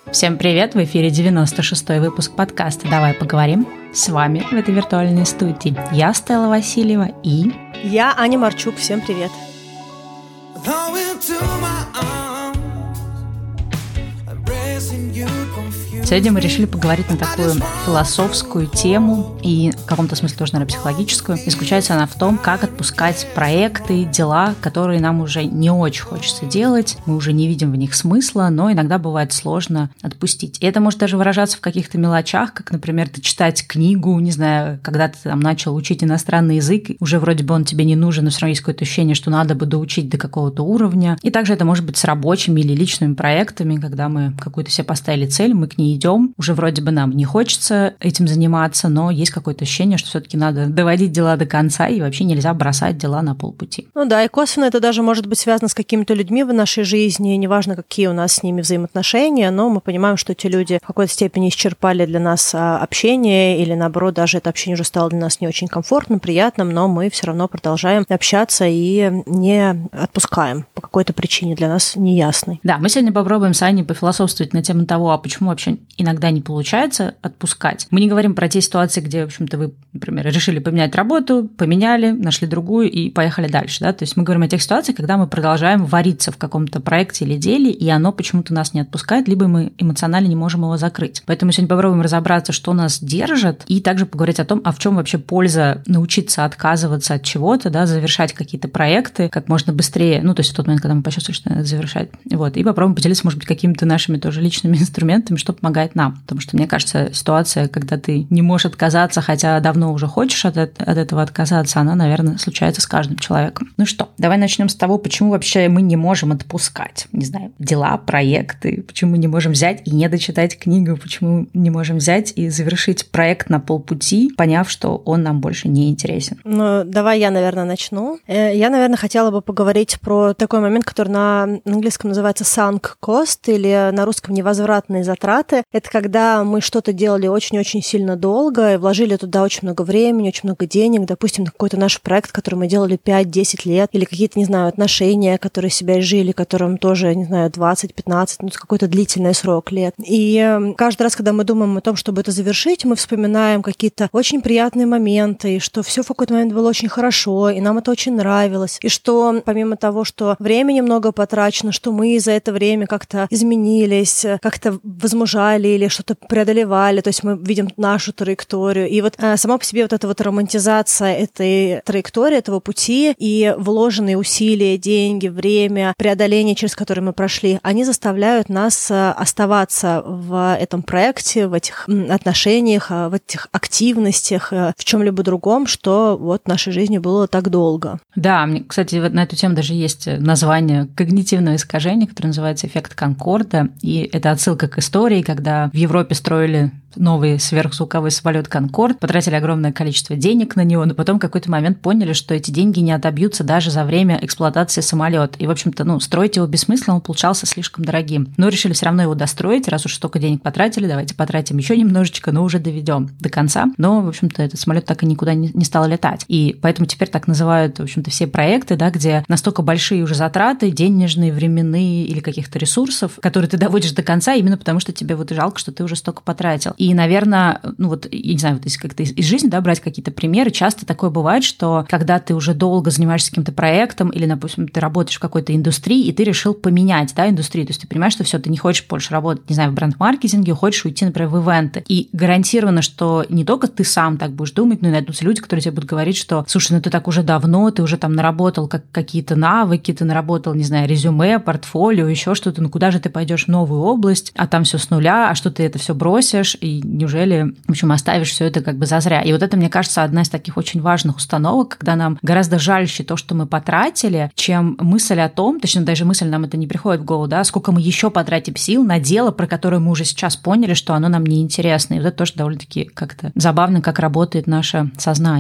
Всем привет! В эфире 96-й выпуск подкаста «Давай поговорим». С вами в этой виртуальной студии я, Стелла Васильева, и... Я, Аня Марчук. Всем привет! Сегодня мы решили поговорить на такую философскую тему и в каком-то смысле тоже, наверное, психологическую. И заключается она в том, как отпускать проекты, дела, которые нам уже не очень хочется делать, мы уже не видим в них смысла, но иногда бывает сложно отпустить. И это может даже выражаться в каких-то мелочах, как, например, ты читать книгу, не знаю, когда ты там начал учить иностранный язык, уже вроде бы он тебе не нужен, но все равно есть какое-то ощущение, что надо бы доучить до какого-то уровня. И также это может быть с рабочими или личными проектами, когда мы какую-то себе поставили цель, мы к ней идем, уже вроде бы нам не хочется этим заниматься, но есть какое-то ощущение, что все-таки надо доводить дела до конца, и вообще нельзя бросать дела на полпути. Ну да, и косвенно это даже может быть связано с какими-то людьми в нашей жизни, неважно, какие у нас с ними взаимоотношения, но мы понимаем, что эти люди в какой-то степени исчерпали для нас общение, или наоборот, даже это общение уже стало для нас не очень комфортным, приятным, но мы все равно продолжаем общаться и не отпускаем по какой-то причине для нас неясной. Да, мы сегодня попробуем с Аней пофилософствовать на тему того, а почему вообще иногда не получается отпускать. Мы не говорим про те ситуации, где, в общем-то, вы, например, решили поменять работу, поменяли, нашли другую и поехали дальше. Да? То есть мы говорим о тех ситуациях, когда мы продолжаем вариться в каком-то проекте или деле, и оно почему-то нас не отпускает, либо мы эмоционально не можем его закрыть. Поэтому сегодня попробуем разобраться, что нас держит, и также поговорить о том, а в чем вообще польза научиться отказываться от чего-то, да, завершать какие-то проекты как можно быстрее, ну, то есть в тот момент, когда мы почувствуем, что надо завершать. Вот. И попробуем поделиться, может быть, какими-то нашими тоже личными инструментами, что помогает нам. Потому что, мне кажется, ситуация, когда ты не можешь отказаться, хотя давно уже хочешь от этого отказаться, она, наверное, случается с каждым человеком. Ну что, давай начнем с того, почему вообще мы не можем отпускать, не знаю, дела, проекты, почему мы не можем взять и не дочитать книгу, почему не можем взять и завершить проект на полпути, поняв, что он нам больше не интересен. Ну, давай я, наверное, начну. Я, наверное, хотела бы поговорить про такой момент, который на английском называется sunk cost, или на русском невозвратные затраты. Это когда мы что-то делали очень-очень сильно долго и вложили туда очень много времени, очень много денег, допустим, на какой-то наш проект, который мы делали 5-10 лет, или какие-то, не знаю, отношения, которые себя изжили, которым тоже, не знаю, 20-15, ну, какой-то длительный срок лет. И каждый раз, когда мы думаем о том, чтобы это завершить, мы вспоминаем какие-то очень приятные моменты, и что все в какой-то момент было очень хорошо, и нам это очень нравилось, и что помимо того, что времени много потрачено, что мы за это время как-то изменились, как-то возмужали или что-то преодолевали, то есть мы видим нашу траекторию. И вот сама по себе вот эта вот романтизация этой траектории, этого пути и вложенные усилия, деньги, время, преодоление, через которое мы прошли, они заставляют нас оставаться в этом проекте, в этих отношениях, в этих активностях, в чем-либо другом, что вот в нашей жизни было так долго. Да, мне, кстати, на эту тему даже есть название когнитивного искажения, которое называется эффект Конкорда, и это отсылка к истории, когда в Европе строили новый сверхзвуковой самолет «Конкорд», потратили огромное количество денег на него, но потом в какой-то момент поняли, что эти деньги не отобьются даже за время эксплуатации самолета. И, в общем-то, строить его бессмысленно, он получался слишком дорогим. Но решили все равно его достроить, раз уж столько денег потратили, давайте потратим еще немножечко, но уже доведем до конца. Но, в общем-то, этот самолет так и никуда не стал летать. И поэтому теперь так называют, в общем-то, все проекты, да, где настолько большие уже затраты, денежные, временные или каких-то ресурсов, которые ты доводишь до конца именно потому, что тебе вот жалко, что ты уже столько потратил. И, наверное, я не знаю, вот если как-то из жизни, да, брать какие-то примеры, часто такое бывает, что когда ты уже долго занимаешься каким-то проектом или, допустим, ты работаешь в какой-то индустрии, и ты решил поменять, да, индустрию, то есть ты понимаешь, что все, ты не хочешь больше работать, не знаю, в бренд-маркетинге, хочешь уйти, например, в ивенты. И гарантированно, что не только ты сам так будешь думать, но и найдутся люди, которые тебе будут говорить, что, слушай, ты так уже давно, ты уже там наработал какие-то навыки, ты наработал, не знаю, резюме, портфолио, еще что-то, куда же ты пойдешь в новую область, а там все с нуля, а что ты это все бросишь, и неужели, в общем, оставишь все это как бы зазря. И вот это, мне кажется, одна из таких очень важных установок, когда нам гораздо жальче то, что мы потратили, чем мысль о том, точнее, даже мысль нам это не приходит в голову, да, сколько мы еще потратим сил на дело, про которое мы уже сейчас поняли, что оно нам неинтересно. И вот это тоже довольно-таки как-то забавно, как работает наше сознание.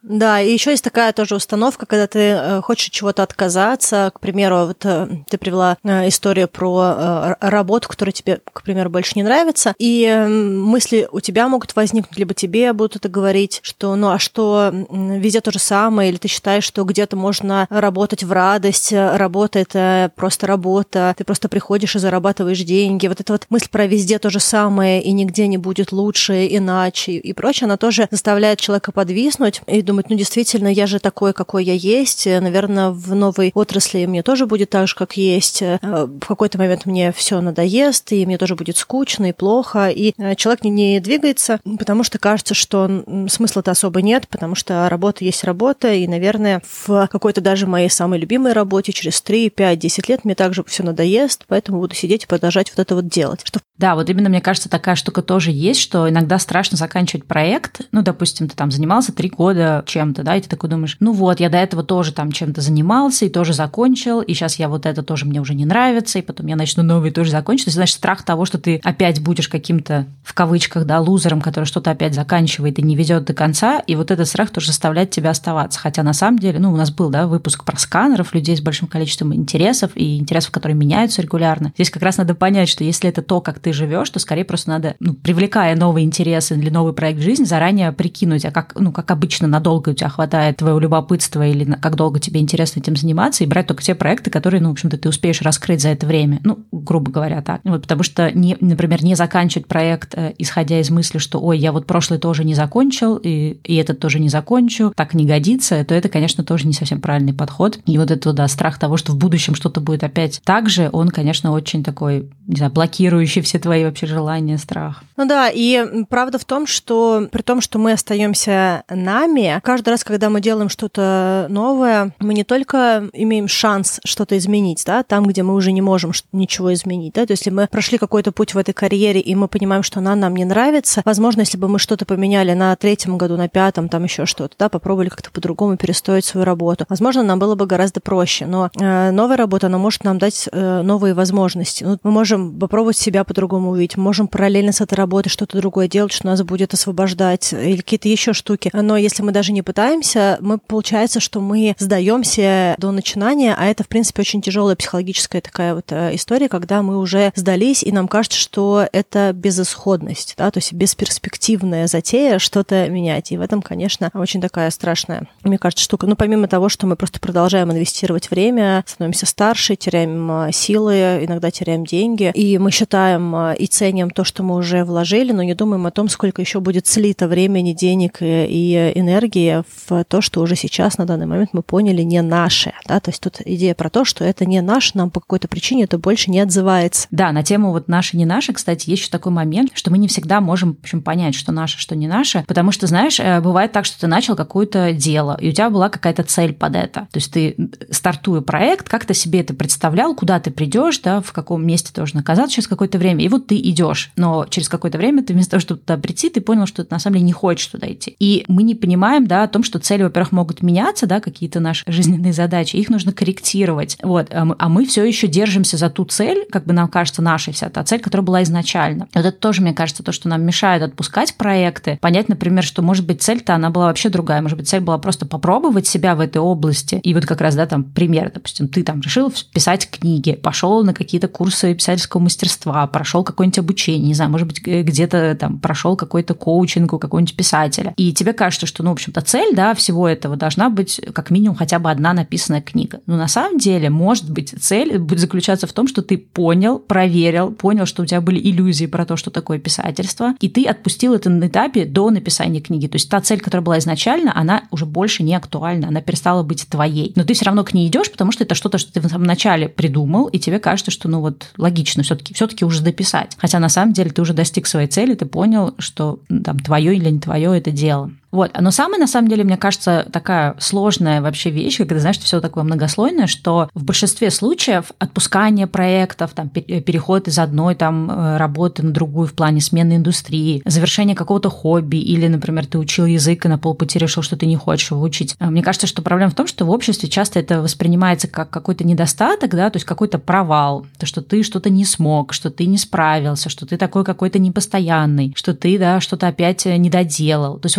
Да, и еще есть такая тоже установка, когда ты хочешь от чего-то отказаться. К примеру, вот ты привела историю про работу, которая тебе, к примеру, больше не нравится, и мысли у тебя могут возникнуть, либо тебе будут это говорить, что ну а что, везде то же самое, или ты считаешь, что где-то можно работать в радость, работа — это просто работа, ты просто приходишь и зарабатываешь деньги. Вот эта вот мысль про везде то же самое, и нигде не будет лучше, иначе и прочее, она тоже заставляет человека подвиснуть и думать, ну действительно, я же такой, какой я есть, наверное, в новой отрасли мне тоже будет так же, как есть, в какой-то момент мне все надоест, и мне тоже будет скучно и плохо, и человек не двигается, потому что кажется, что смысла-то особо нет, потому что работа есть работа, и, наверное, в какой-то даже моей самой любимой работе через 3, 5, 10 лет мне также все надоест, поэтому буду сидеть и продолжать вот это вот делать. Да, вот именно, мне кажется, такая штука тоже есть, что иногда страшно заканчивать проект. Ну, допустим, ты там занимался 3 года чем-то, да, и ты такой думаешь, ну вот, я до этого тоже там чем-то занимался и тоже закончил, и сейчас я вот это тоже мне уже не нравится, и потом я начну новый тоже закончить. То есть, значит, страх того, что ты опять будешь каким-то, в кавычках, да, лузером, который что-то опять заканчивает и не ведет до конца, и вот этот страх тоже заставляет тебя оставаться. Хотя на самом деле, ну, у нас был, да, выпуск про сканеров, людей с большим количеством интересов и интересов, которые меняются регулярно. Здесь как раз надо понять, что если это то, как ты живешь, то скорее просто надо, ну, привлекая новые интересы или новый проект в жизнь, заранее прикинуть, а как, ну, как обычно, надолго у тебя хватает твоего любопытства или как долго тебе интересно этим заниматься, и брать только те проекты, которые, ну, в общем-то, ты успеешь раскрыть за это время. Ну, грубо говоря, так. Вот, потому что, например, не заканчивать проект, исходя из мысли, что, ой, я вот прошлый тоже не закончил, и этот тоже не закончу, так не годится, то это, конечно, тоже не совсем правильный подход. И вот это, да, страх того, что в будущем что-то будет опять так же, он, конечно, очень такой, не знаю, блокирующий все твои вообще желания, страх. Ну да, и правда в том, что при том, что мы остаемся нами, каждый раз, когда мы делаем что-то новое, мы не только имеем шанс что-то изменить, да, там, где мы уже не можем ничего изменить, да, то есть если мы прошли какой-то путь в этой карьере, и мы понимаем, что она нам не нравится, возможно, если бы мы что-то поменяли на 3-м году, на 5-м, там еще что-то, да, попробовали как-то по-другому перестроить свою работу, возможно, нам было бы гораздо проще, но новая работа, она может нам дать новые возможности. Ну, мы можем попробовать себя по-другому увидеть, мы можем параллельно с этой работой что-то другое делать, что нас будет освобождать, или какие-то еще штуки. Но если мы даже не пытаемся, получается, что мы сдаемся до начинания, а это, в принципе, очень тяжелая психологическая такая вот история, когда мы уже сдались, и нам кажется, что это безысходность, да, то есть бесперспективная затея что-то менять. И в этом, конечно, очень такая страшная, мне кажется, штука. Ну, помимо того, что мы просто продолжаем инвестировать время, становимся старше, теряем силы, иногда теряем деньги, и мы считаем и ценим то, что мы уже вложили, но не думаем о том, сколько еще будет слито времени, денег и энергии в то, что уже сейчас, на данный момент, мы поняли, не наше. Да? То есть тут идея про то, что это не наше, нам по какой-то причине это больше не отзывается. Да, на тему вот наше, не наше, кстати, есть еще такой момент, что мы не всегда можем, в общем, понять, что наше, что не наше, потому что, знаешь, бывает так, что ты начал какое-то дело, и у тебя была какая-то цель под это. То есть ты, стартуя проект, как-то себе это представлял, куда ты придешь, да, в каком месте ты должен оказаться через какое-то время, и вот ты идешь, но через какое-то время ты вместо того, чтобы туда прийти, ты понял, что ты на самом деле не хочешь туда идти. И мы не понимаем, да, о том, что цели, во-первых, могут меняться, да, какие-то наши жизненные задачи, их нужно корректировать. Вот. А мы все еще держимся за ту цель, как бы нам кажется, наша вся та цель, которая была изначально. Вот это тоже, мне кажется, то, что нам мешает отпускать проекты, понять, например, что, может быть, цель-то она была вообще другая, может быть, цель была просто попробовать себя в этой области. И вот как раз, да, там пример, допустим, ты там решил писать книги, пошел на какие-то курсы писательского мастерства, прошел какое-нибудь обучение, не знаю, может быть, где-то там прошел какой-то коучинг у какого-нибудь писателя. И тебе кажется, что, ну, в общем-то, цель, да, всего этого должна быть как минимум хотя бы одна написанная книга. Но на самом деле, может быть, цель будет заключаться в том, что ты понял, проверил, понял, что у тебя были иллюзии про то, что такое писательство, и ты отпустил это на этапе до написания книги. То есть та цель, которая была изначально, она уже больше не актуальна, она перестала быть твоей. Но ты все равно к ней идешь, потому что это что-то, что ты в самом начале придумал, и тебе кажется, что, ну вот, логично все-таки уже дописать. Хотя на самом деле ты уже достиг своей цели, ты понял, что там твое или не твое это дело. Вот. Но самое, на самом деле, мне кажется, такая сложная вообще вещь, когда, знаешь, все такое многослойное, что в большинстве случаев отпускание проектов, там, переход из одной там, работы на другую в плане смены индустрии, завершение какого-то хобби или, например, ты учил язык и на полпути решил, что ты не хочешь его учить. Мне кажется, что проблема в том, что в обществе часто это воспринимается как какой-то недостаток, да, то есть какой-то провал, то, что ты что-то не смог, что ты не справился, что ты такой какой-то непостоянный, что ты, да, что-то опять не доделал. То есть вот эта вот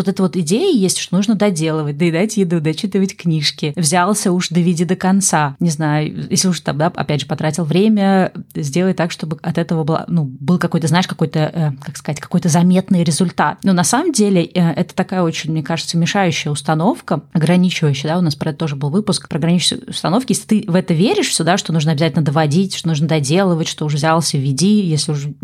идеи есть, что нужно доделывать, доедать еду, дочитывать книжки. Взялся уж доведи до конца. Не знаю, если уж там, да, опять же, потратил время, сделай так, чтобы от этого был какой-то, знаешь, какой-то заметный результат. Но на самом деле это такая очень, мне кажется, мешающая установка, ограничивающая, да, у нас про это тоже был выпуск, про ограничивающие установки. Если ты в это веришь сюда, что нужно обязательно доводить, что нужно доделывать, что уже взялся, веди, если уже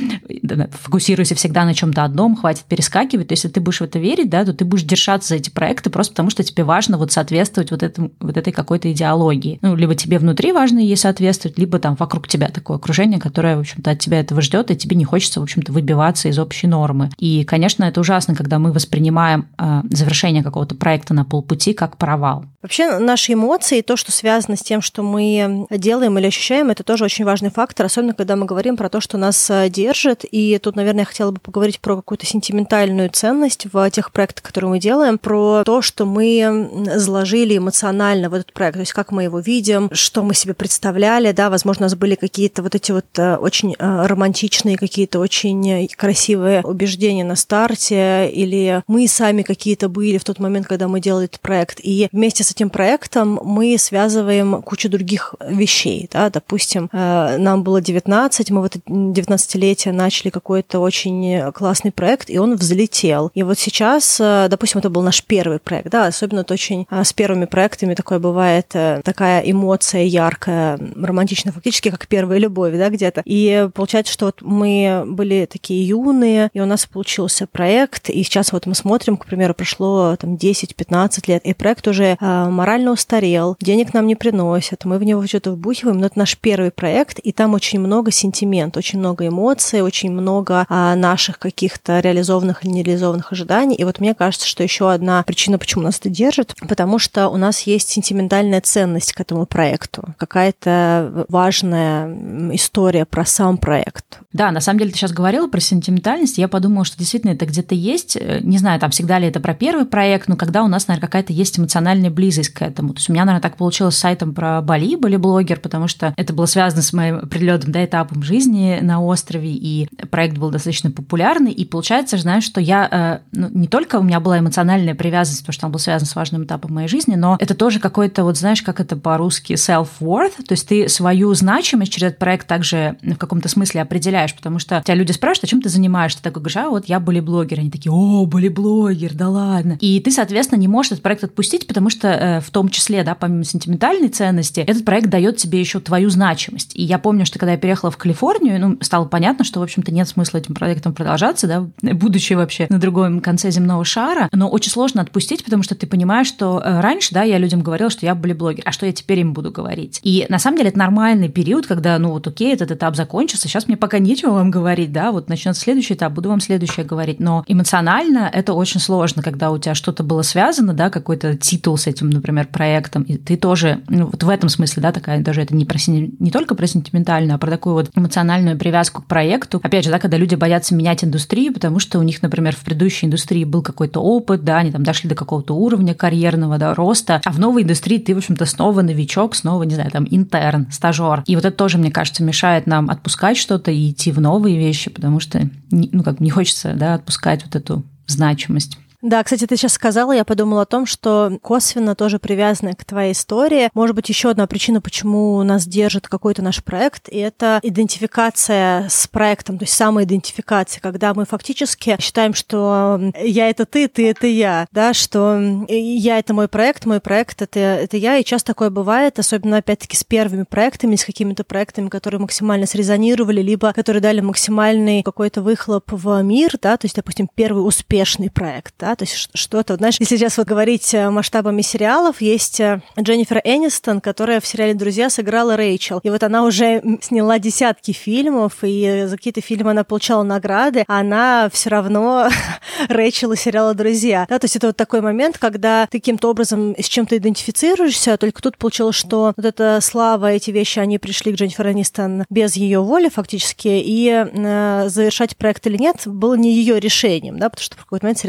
фокусируйся всегда на чем-то одном, хватит перескакивать. То есть, если ты будешь в это верить, да, то ты будешь держаться за эти проекты просто потому, что тебе важно вот соответствовать вот этой какой-то идеологии. Ну, либо тебе внутри важно ей соответствовать, либо там вокруг тебя такое окружение, которое, в общем-то, от тебя этого ждет, и тебе не хочется, в общем-то, выбиваться из общей нормы. И, конечно, это ужасно, когда мы воспринимаем завершение какого-то проекта на полпути как провал. Вообще, наши эмоции, то, что связано с тем, что мы делаем или ощущаем, это тоже очень важный фактор, особенно когда мы говорим про то, что нас держит. И тут, наверное, я хотела бы поговорить про какую-то сентиментальную ценность в тех проектах, которые мы делаем, про то, что мы заложили эмоционально в этот проект, то есть как мы его видим, что мы себе представляли, да, возможно, у нас были какие-то вот эти вот очень романтичные, какие-то очень красивые убеждения на старте, или мы сами какие-то были в тот момент, когда мы делали этот проект. И вместе с этим проектом мы связываем кучу других вещей, да, допустим, нам было 19, мы в это 19-летие начали какой-то очень классный проект, и он взлетел. И вот сейчас, допустим, это был наш первый проект, да, особенно это очень с первыми проектами такое бывает, такая эмоция яркая, романтичная, фактически как первая любовь, да, где-то. И получается, что вот мы были такие юные, и у нас получился проект, и сейчас вот мы смотрим, к примеру, прошло там 10-15 лет, и проект уже морально устарел, денег нам не приносят, мы в него что-то вбухиваем, но это наш первый проект, и там очень много сентимент, очень много эмоций, очень много наших каких-то реализованных или нереализованных ожиданий. И вот мне кажется, что еще одна причина, почему нас это держит, потому что у нас есть сентиментальная ценность к этому проекту, какая-то важная история про сам проект. Да, на самом деле ты сейчас говорила про сентиментальность, я подумала, что действительно это где-то есть, не знаю, там всегда ли это про первый проект, но когда у нас, наверное, какая-то есть эмоциональная близость к этому. То есть у меня, наверное, так получилось с сайтом про Бали, Бали-блогер, потому что это было связано с моим определенным, да, этапом жизни на острове, и проект был достаточно популярный, и получается, знаешь, что я, не только у меня была эмоциональная привязанность, потому что он был связан с важным этапом моей жизни, но это тоже какой-то, вот знаешь, как это по-русски, self-worth, то есть ты свою значимость через этот проект также в каком-то смысле определяешь, потому что тебя люди спрашивают, а чем ты занимаешься, ты такой говоришь, вот я Бали-блогер, они такие, о, Бали-блогер, да ладно, и ты, соответственно, не можешь этот проект отпустить, потому что в том числе, да, помимо сентиментальной ценности, этот проект дает тебе еще твою значимость, и я помню, что когда я переехала в Калифорнию, стало понятно, что, в общем-то, нет смысла этим проектом продолжаться, да, будучи вообще на другом конце земного шара, но очень сложно отпустить, потому что ты понимаешь, что раньше, да, я людям говорила, что я Бали-блогер, а что я теперь им буду говорить? И на самом деле это нормальный период, когда, окей, этот этап закончился, сейчас мне пока нечего вам говорить, да, вот начнется следующий этап, буду вам следующее говорить, но эмоционально это очень сложно, когда у тебя что-то было связано, да, какой-то титул с этим, например, проектом, и ты тоже, вот в этом смысле, да, такая даже это не только про сентиментальную, а про такую вот эмоциональную привязку к проекту. Опять же, да, когда люди боятся менять индустрию, потому что у них, например, в предыдущей индустрии был какой-то опыт, да, они там дошли до какого-то уровня карьерного, да, роста, а в новой индустрии ты, в общем-то, снова новичок, снова, не знаю, там, интерн, стажер. И вот это тоже, мне кажется, мешает нам отпускать что-то и идти в новые вещи, потому что, не хочется, да, отпускать вот эту значимость. Да, кстати, ты сейчас сказала, я подумала о том, что косвенно тоже привязанная к твоей истории. Может быть, еще одна причина, почему нас держит какой-то наш проект, и это идентификация с проектом, то есть самоидентификация, когда мы фактически считаем, что я — это ты это я, да, что я — это мой проект это я, и часто такое бывает, особенно, опять-таки, с первыми проектами, с какими-то проектами, которые максимально срезонировали, либо которые дали максимальный какой-то выхлоп в мир, да, то есть, допустим, первый успешный проект, да, то есть что-то, знаешь, если сейчас вот говорить масштабами сериалов, есть Дженнифер Энистон, которая в сериале «Друзья» сыграла Рэйчел, и вот она уже сняла десятки фильмов, и за какие-то фильмы она получала награды, а она все равно Рэйчел из сериала «Друзья», да, то есть это вот такой момент, когда ты каким-то образом с чем-то идентифицируешься, только тут получилось, что вот эта слава, эти вещи, они пришли к Дженнифер Энистон без ее воли фактически, и завершать проект или нет было не ее решением, да, потому что в какой-то момент сериал просто закончился.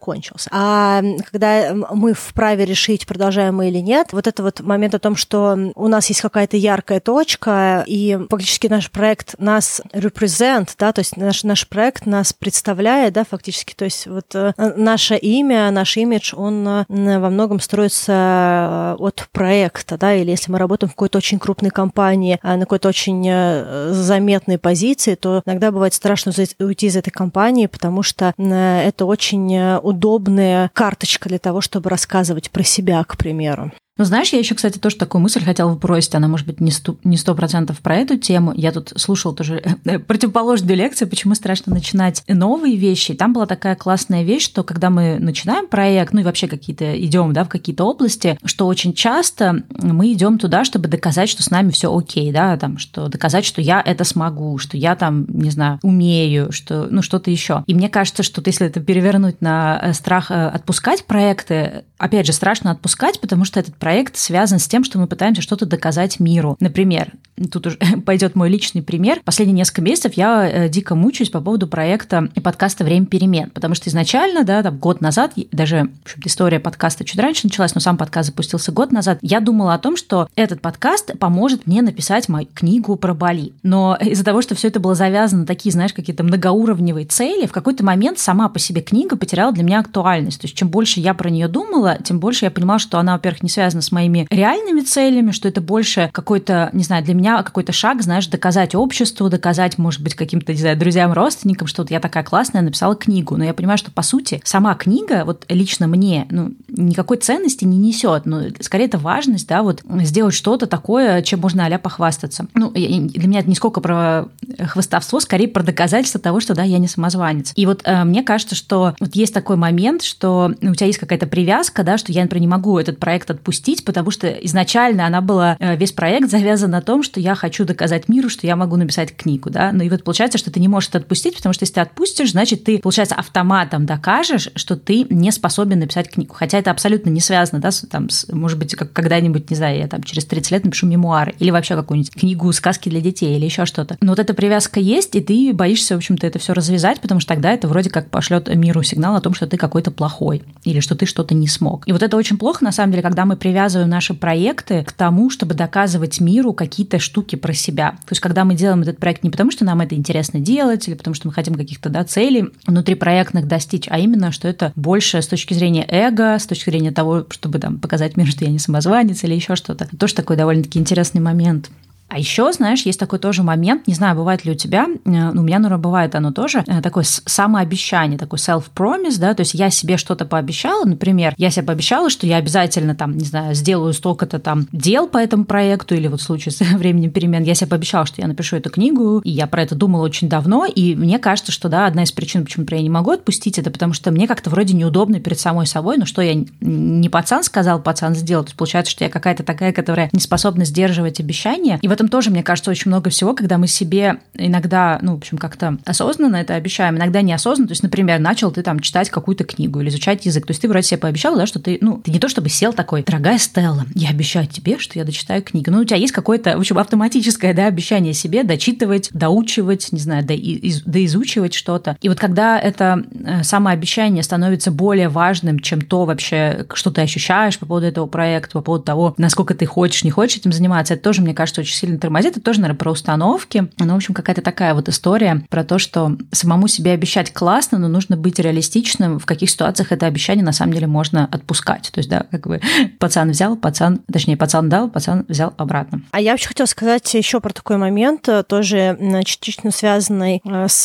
закончился. А когда мы вправе решить, продолжаем мы или нет, вот это вот момент о том, что у нас есть какая-то яркая точка, и фактически наш проект нас represent, да, то есть наш проект нас представляет, да, фактически, то есть вот наше имя, наш имидж, он во многом строится от проекта, да, или если мы работаем в какой-то очень крупной компании, на какой-то очень заметной позиции, то иногда бывает страшно уйти из этой компании, потому что это очень удобная карточка для того, чтобы рассказывать про себя, к примеру. Ну, знаешь, я еще, кстати, тоже такую мысль хотела вбросить, она, может быть, не 100% про эту тему. Я тут слушала тоже противоположную лекцию, почему страшно начинать новые вещи. И там была такая классная вещь, что когда мы начинаем проект, ну и вообще какие-то идем, да, в какие-то области, что очень часто мы идем туда, чтобы доказать, что с нами все окей, да, там, что доказать, что я это смогу, что я там, не знаю, умею, что, ну, что-то еще. И мне кажется, что если это перевернуть на страх отпускать проекты, опять же, страшно отпускать, потому что этот проект связан с тем, что мы пытаемся что-то доказать миру. Например, тут уже пойдет мой личный пример. Последние несколько месяцев я дико мучаюсь по поводу проекта и подкаста «Время перемен», потому что изначально, да, там, год назад, даже, в общем-то, история подкаста чуть раньше началась, но сам подкаст запустился год назад, я думала о том, что этот подкаст поможет мне написать мою книгу про Бали. Но из-за того, что все это было завязано на такие, знаешь, какие-то многоуровневые цели, в какой-то момент сама по себе книга потеряла для меня актуальность. То есть чем больше я про нее думала, тем больше я понимала, что она, во-первых, не связана с моими реальными целями, что это больше какой-то, не знаю, для меня какой-то шаг, знаешь, доказать обществу, доказать, может быть, каким-то, не знаю, друзьям, родственникам, что вот я такая классная, написала книгу. Но я понимаю, что, по сути, сама книга, вот лично мне, ну, никакой ценности не несет. Ну, скорее, это важность, да, вот сделать что-то такое, чем можно а-ля похвастаться. Ну, для меня это не сколько про хвастовство, скорее про доказательство того, что, да, я не самозванец. И вот мне кажется, что вот есть такой момент, что у тебя есть какая-то привязка, да, что я, например, не могу этот проект отпустить, потому что изначально она была, весь проект завязан на том, что я хочу доказать миру, что я могу написать книгу, да, ну и вот получается, что ты не можешь это отпустить, потому что если ты отпустишь, значит, ты, получается, автоматом докажешь, что ты не способен написать книгу, хотя это абсолютно не связано, да, там, может быть, когда-нибудь, не знаю, я там через 30 лет напишу мемуары или вообще какую-нибудь книгу, сказки для детей или еще что-то. Но вот эта привязка есть, и ты боишься, в общем-то, это все развязать, потому что тогда это вроде как пошлет миру сигнал о том, что ты какой-то плохой или что ты что-то не смог. И вот это очень плохо, на самом деле, когда мы привязываем наши проекты к тому, чтобы доказывать миру какие-то штуки про себя. То есть, когда мы делаем этот проект не потому, что нам это интересно делать, или потому, что мы хотим каких-то, да, целей внутрипроектных достичь, а именно, что это больше с точки зрения эго, с точки зрения того, чтобы там показать миру, что я не самозванец или еще что-то. Это тоже такой довольно-таки интересный момент. А еще, знаешь, есть такой тоже момент, не знаю, бывает ли у тебя, но у меня, наверное, бывает оно тоже, такое самообещание, такой self-promise, да, то есть я себе что-то пообещала, например, я себе пообещала, что я обязательно там, не знаю, сделаю столько-то там дел по этому проекту, или вот в случае с «Временем перемен», я себе пообещала, что я напишу эту книгу, и я про это думала очень давно, и мне кажется, что, да, одна из причин, почему я не могу отпустить, это потому что мне как-то вроде неудобно перед самой собой, ну что я не пацан сказал, пацан сделал, то есть получается, что я какая-то такая, которая не способна сдерживать обещания, и в этом тоже, мне кажется, очень много всего, когда мы себе иногда, ну, в общем, как-то осознанно это обещаем, иногда неосознанно. То есть, например, начал ты там читать какую-то книгу или изучать язык. То есть ты вроде себе пообещал, да, что ты, ну, ты не то чтобы сел такой: дорогая Стелла, я обещаю тебе, что я дочитаю книгу. Ну, у тебя есть какое-то, в общем, автоматическое, да, обещание себе дочитывать, доучивать, не знаю, доизучивать что-то. И вот когда это самообещание становится более важным, чем то вообще, что ты ощущаешь по поводу этого проекта, по поводу того, насколько ты хочешь, не хочешь этим заниматься, это тоже, мне кажется, очень сильно тормозит. Это тоже, наверное, про установки. Ну, в общем, какая-то такая вот история про то, что самому себе обещать классно, но нужно быть реалистичным, в каких ситуациях это обещание на самом деле можно отпускать. То есть, да, как бы пацан взял, пацан дал, пацан взял обратно. А я вообще хотела сказать еще про такой момент, тоже частично связанный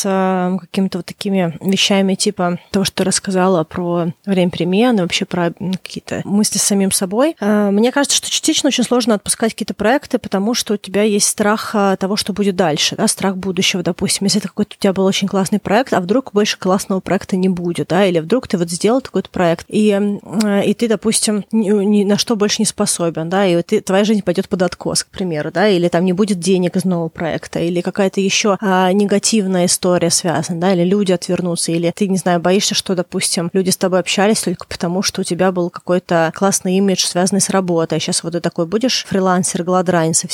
с какими-то вот такими вещами, типа того, что ты рассказала про время перемен и вообще про какие-то мысли с самим собой. Мне кажется, что частично очень сложно отпускать какие-то проекты, потому что у тебя есть страх того, что будет дальше, да, страх будущего, допустим. Если это какой-то у тебя был очень классный проект, а вдруг больше классного проекта не будет, да, или вдруг ты вот сделал такой-то проект, и ты, допустим, ни на что больше не способен, да, и твоя жизнь пойдет под откос, к примеру, да, или там не будет денег из нового проекта, или какая-то еще негативная история связана, да, или люди отвернутся, или ты, не знаю, боишься, что, допустим, люди с тобой общались только потому, что у тебя был какой-то классный имидж, связанный с работой, а сейчас вот ты такой будешь фрилансер, гладранец, и все там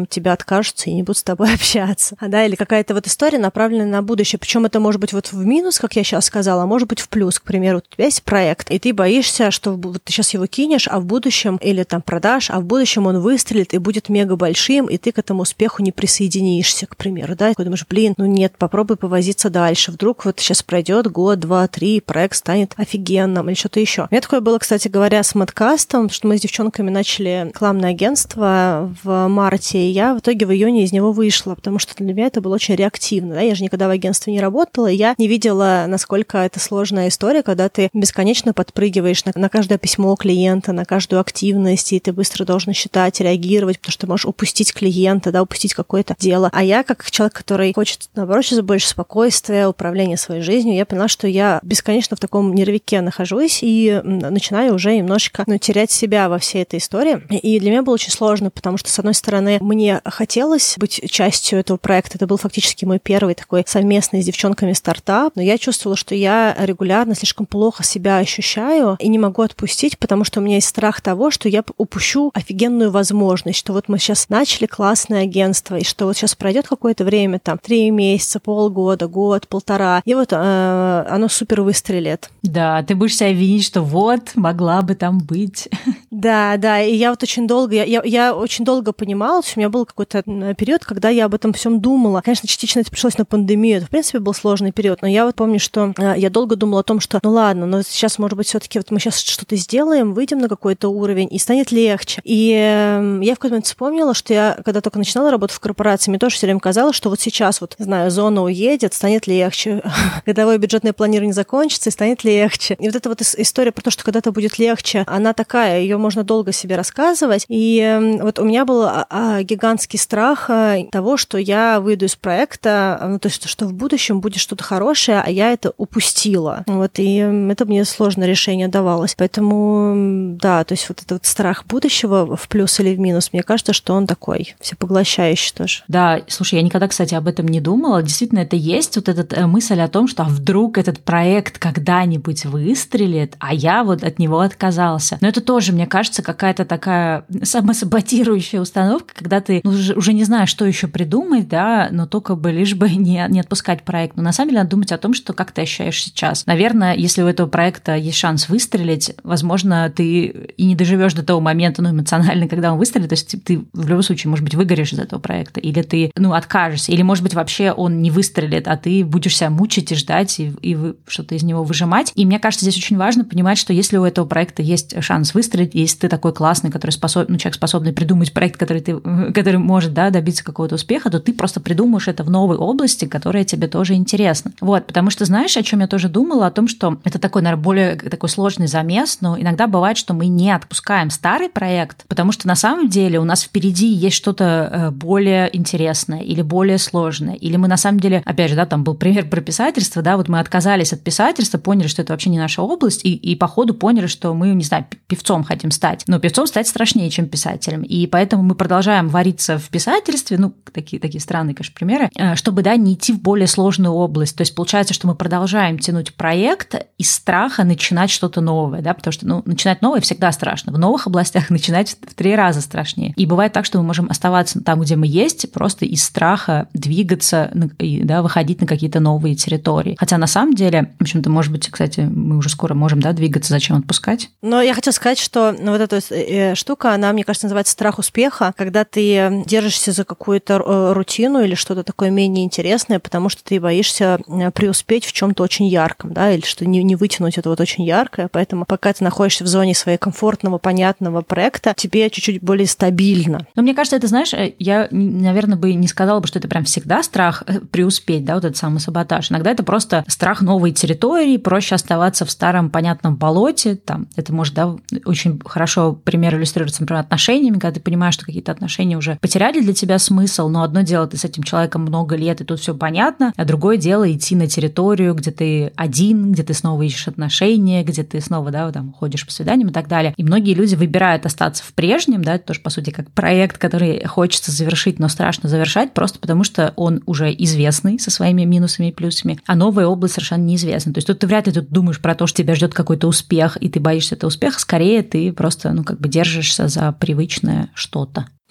там тебя откажутся и не будут с тобой общаться. Да, или какая-то вот история, направленная на будущее. Причем это может быть вот в минус, как я сейчас сказала, а может быть в плюс. К примеру, у тебя есть проект, и ты боишься, что вот ты сейчас его кинешь, а в будущем, или там продашь, а в будущем он выстрелит и будет мега большим, и ты к этому успеху не присоединишься, к примеру, да, и ты думаешь, ну нет, попробуй повозиться дальше. Вдруг вот сейчас пройдет год, 2, 3, проект станет офигенным или что-то еще. У меня такое было, кстати говоря, с Мэдкастом, что мы с девчонками начали рекламное агентство в марте, и я в итоге в июне из него вышла, потому что для меня это было очень реактивно. Да? Я же никогда в агентстве не работала, и я не видела, насколько это сложная история, когда ты бесконечно подпрыгиваешь на каждое письмо клиента, на каждую активность, и ты быстро должен считать, реагировать, потому что ты можешь упустить клиента, да, упустить какое-то дело. А я, как человек, который хочет, наоборот, больше спокойствия, управления своей жизнью, я поняла, что я бесконечно в таком нервике нахожусь и начинаю уже немножечко терять себя во всей этой истории. И для меня было очень сложно, потому что, с одной стороны, мне хотелось быть частью этого проекта. Это был фактически мой первый такой совместный с девчонками стартап, но я чувствовала, что я регулярно слишком плохо себя ощущаю и не могу отпустить, потому что у меня есть страх того, что я упущу офигенную возможность, что вот мы сейчас начали классное агентство, и что вот сейчас пройдет какое-то время, там, 3 месяца, полгода, год, полтора, и вот оно супер выстрелит. Да, ты будешь себя винить, что вот, могла бы там быть. Да, и я вот очень долго, я очень долго понимала, что у меня был какой-то период, когда я об этом всем думала. Конечно, частично это пришлось на пандемию, это, в принципе, был сложный период, но я вот помню, что я долго думала о том, что, ну ладно, но сейчас, может быть, все-таки вот мы сейчас что-то сделаем, выйдем на какой-то уровень, и станет легче. И я в какой-то момент вспомнила, что я, когда только начинала работать в корпорации, мне тоже все время казалось, что вот сейчас, вот, не знаю, зона уедет, станет легче, годовое бюджетное планирование закончится, и станет легче. И вот эта вот история про то, что когда-то будет легче, она такая, ее можно долго себе рассказывать. И вот у меня был гигантский страх того, что я выйду из проекта, то есть что в будущем будет что-то хорошее, а я это упустила. Вот, и это мне сложное решение давалось. Поэтому, да, то есть вот этот вот страх будущего в плюс или в минус, мне кажется, что он такой всепоглощающий тоже. Да, слушай, я никогда, кстати, об этом не думала. Действительно, это есть вот эта мысль о том, что вдруг этот проект когда-нибудь выстрелит, а я вот от него отказался. Но это тоже, мне кажется, какая-то такая самосаботирующая установка, когда ты уже не знаешь, что еще придумать, да, но только бы лишь бы не отпускать проект. Но на самом деле надо думать о том, что как ты ощущаешь сейчас. Наверное, если у этого проекта есть шанс выстрелить, возможно, ты и не доживешь до того момента, эмоционально, когда он выстрелит, то есть ты в любом случае, может быть, выгоришь из этого проекта, или ты, откажешься, или, может быть, вообще он не выстрелит, а ты будешь себя мучить и ждать, и что-то из него выжимать. И мне кажется, здесь очень важно понимать, что если у этого проекта есть шанс выстрелить, если ты такой классный, который человек способный придумать проект, который может, да, добиться какого-то успеха, то ты просто придумаешь это в новой области, которая тебе тоже интересна. Вот, потому что, знаешь, о чем я тоже думала? О том, что это такой, наверное, более такой сложный замес, но иногда бывает, что мы не отпускаем старый проект, потому что на самом деле у нас впереди есть что-то более интересное или более сложное, или мы на самом деле, опять же, да, там был пример про писательство, да, вот мы отказались от писательства, поняли, что это вообще не наша область, и по ходу поняли, что мы, не знаю, певцом хотим стать, но певцом стать страшнее, чем писателем, и поэтому мы продолжаем вариться в писательстве, такие странные, конечно, примеры, чтобы, да, не идти в более сложную область, то есть получается, что мы продолжаем тянуть проект из страха начинать что-то новое, да, потому что, начинать новое всегда страшно, в новых областях начинать в 3 раза страшнее, и бывает так, что мы можем оставаться там, где мы есть, просто из страха двигаться, да, выходить на какие-то новые территории, хотя на самом деле, в общем-то, может быть, кстати, мы уже скоро можем, да, двигаться, зачем отпускать? Но я хотела сказать, что вот эта штука, она, мне кажется, называется страх успеха, когда ты держишься за какую-то рутину или что-то такое менее интересное, потому что ты боишься преуспеть в чем-то очень ярком, да, или что не вытянуть это вот очень яркое, поэтому пока ты находишься в зоне своей комфортного, понятного проекта, тебе чуть-чуть более стабильно. Но мне кажется, это, знаешь, я, наверное, бы не сказала бы, что это прям всегда страх преуспеть, да, вот этот самосаботаж. Иногда это просто страх новой территории, проще оставаться в старом понятном болоте, там, это может, да, очень хорошо пример иллюстрируется, например, отношениями, когда ты понимаешь, что какие-то отношения уже потеряли для тебя смысл, но одно дело, ты с этим человеком много лет, и тут все понятно, а другое дело идти на территорию, где ты один, где ты снова ищешь отношения, где ты снова, да, там, ходишь по свиданиям и так далее. И многие люди выбирают остаться в прежнем, да, это тоже, по сути, как проект, который хочется завершить, но страшно завершать, просто потому что он уже известный со своими минусами и плюсами, а новая область совершенно неизвестна. То есть тут ты вряд ли тут думаешь про то, что тебя ждет какой-то успех, и ты боишься этого успеха, скорее ты просто, держишься за привычное что-то.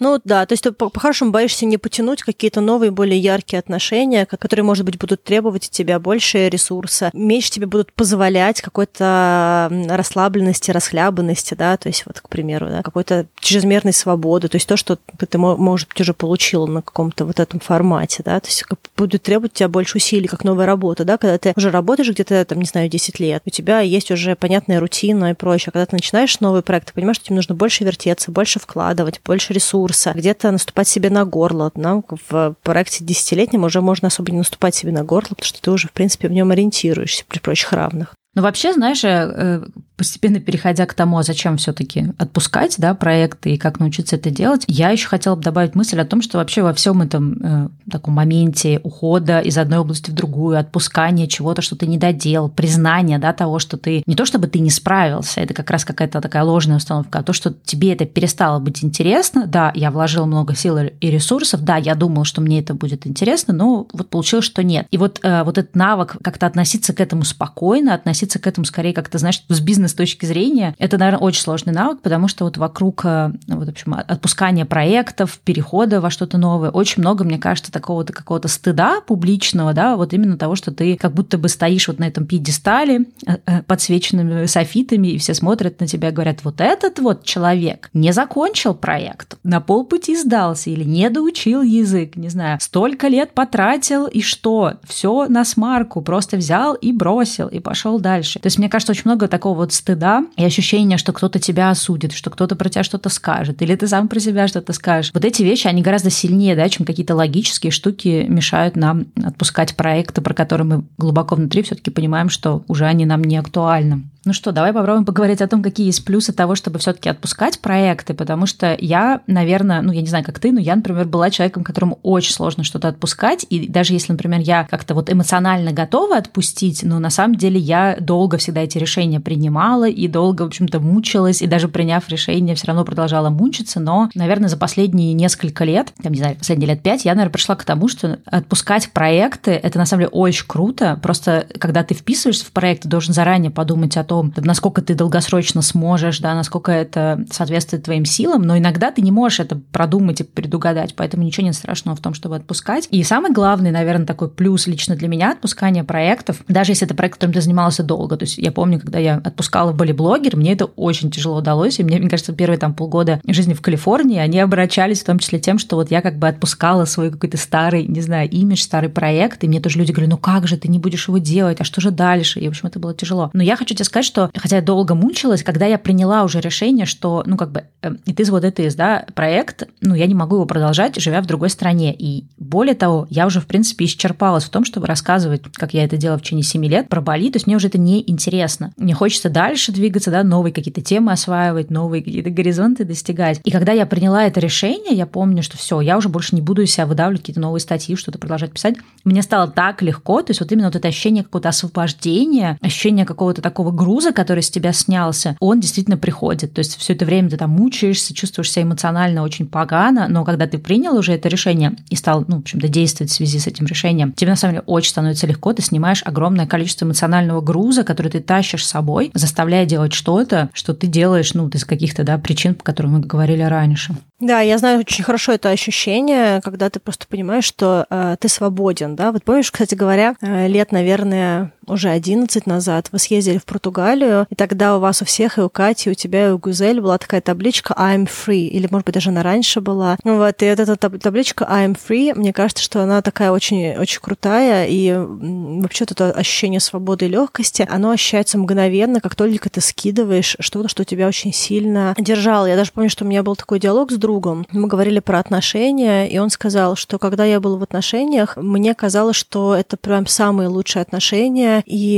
Ну да, то есть ты по-хорошему боишься не потянуть какие-то новые, более яркие отношения, которые, может быть, будут требовать от тебя больше ресурса, меньше тебе будут позволять какой-то расслабленности, расхлябанности, да, то есть вот, к примеру, да, какой-то чрезмерной свободы, то есть то, что ты, может быть, уже получила на каком-то вот этом формате, да, то есть будет требовать от тебя больше усилий, как новая работа, да, когда ты уже работаешь где-то, там, не знаю, 10 лет, у тебя есть уже понятная рутина и прочее, когда ты начинаешь новый проект, ты понимаешь, что тебе нужно больше вертеться, больше вкладывать, больше ресурсов, где-то наступать себе на горло. Да? В проекте 10-летнем уже можно особо не наступать себе на горло, потому что ты уже, в принципе, в нем ориентируешься при прочих равных. Ну, вообще, знаешь, постепенно переходя к тому, зачем все-таки отпускать, да, проекты и как научиться это делать, я еще хотела бы добавить мысль о том, что вообще во всем этом таком моменте ухода из одной области в другую, отпускания чего-то, что ты не доделал, признание, да, того, что ты не то чтобы ты не справился, это как раз какая-то такая ложная установка, а то, что тебе это перестало быть интересно, да, я вложил много сил и ресурсов, да, я думал, что мне это будет интересно, но вот получилось, что нет. И вот этот навык как-то относиться к этому спокойно, относиться к этому скорее как-то, знаешь, с бизнес-точки зрения, это, наверное, очень сложный навык, потому что вот вокруг вот, в общем, отпускания проектов, перехода во что-то новое, очень много, мне кажется, такого-то какого-то стыда публичного, да, вот именно того, что ты как будто бы стоишь вот на этом пьедестале, подсвеченными софитами, и все смотрят на тебя и говорят, вот этот вот человек не закончил проект, на полпути сдался или не доучил язык, не знаю, столько лет потратил, и что? Все на смарку, просто взял и бросил, и пошел дальше. То есть, мне кажется, очень много такого вот стыда и ощущения, что кто-то тебя осудит, что кто-то про тебя что-то скажет, или ты сам про себя что-то скажешь. Вот эти вещи, они гораздо сильнее, да, чем какие-то логические штуки мешают нам отпускать проекты, про которые мы глубоко внутри все-таки понимаем, что уже они нам не актуальны. Ну что, давай попробуем поговорить о том, какие есть плюсы того, чтобы все-таки отпускать проекты, потому что я, наверное, ну я не знаю, как ты, но я, например, была человеком, которому очень сложно что-то отпускать, и даже если, например, я как-то вот эмоционально готова отпустить, но на самом деле я долго всегда эти решения принимала и долго, в общем-то, мучилась, и даже приняв решение, все равно продолжала мучиться, но, наверное, за последние несколько лет, там, не знаю, последние лет 5, я, наверное, пришла к тому, что отпускать проекты, это на самом деле очень круто, просто когда ты вписываешься в проект, ты должен заранее подумать о том, насколько ты долгосрочно сможешь, да, насколько это соответствует твоим силам, но иногда ты не можешь это продумать и предугадать, поэтому ничего нет страшного в том, чтобы отпускать. И самый главный, наверное, такой плюс лично для меня отпускание проектов, даже если это проект, которым ты занималась долго. То есть я помню, когда я отпускала в Болиблогер, мне это очень тяжело удалось, и мне кажется, первые там полгода жизни в Калифорнии, они обращались в том числе тем, что вот я как бы отпускала свой какой-то старый, не знаю, имидж, старый проект, и мне тоже люди говорили, ну как же, ты не будешь его делать, а что же дальше? И, в общем, это было тяжело. Но я хочу тебе сказать, что, хотя я долго мучилась, когда я приняла уже решение, что, ну, как бы, it is what it is, да, проект, ну, я не могу его продолжать, живя в другой стране. И более того, я уже, в принципе, исчерпалась в том, чтобы рассказывать, как я это делала в течение 7 лет, про Бали, то есть мне уже это не интересно. Мне хочется дальше двигаться, да, новые какие-то темы осваивать, новые какие-то горизонты достигать. И когда я приняла это решение, я помню, что все, я уже больше не буду из себя выдавливать какие-то новые статьи, что-то продолжать писать. Мне стало так легко, то есть вот именно вот это ощущение какого-то освобождения, ощущение какого-то такого груза, который с тебя снялся, он действительно приходит. То есть все это время ты там мучаешься, чувствуешь себя эмоционально очень погано, но когда ты принял уже это решение и стал, ну, в общем-то, действовать в связи с этим решением, тебе на самом деле очень становится легко, ты снимаешь огромное количество эмоционального груза, который ты тащишь с собой, заставляя делать что-то, что ты делаешь, ну, из каких-то, да, причин, по которым мы говорили раньше. Да, я знаю очень хорошо это ощущение, когда ты просто понимаешь, что ты свободен, да. Вот помнишь, кстати говоря, лет, наверное, уже 11 назад вы съездили в Португалию, и тогда у вас у всех, и у Кати, и у тебя, и у Гузель была такая табличка I'm free, или, может быть, даже она раньше была. Ну вот, и вот эта табличка I'm free, мне кажется, что она такая очень, очень крутая, и вообще это ощущение свободы и легкости, оно ощущается мгновенно, как только ты скидываешь что-то, что тебя очень сильно держало. Я даже помню, что у меня был такой диалог с другом, мы говорили про отношения, и он сказал, что когда я был в отношениях, мне казалось, что это прям самые лучшие отношения,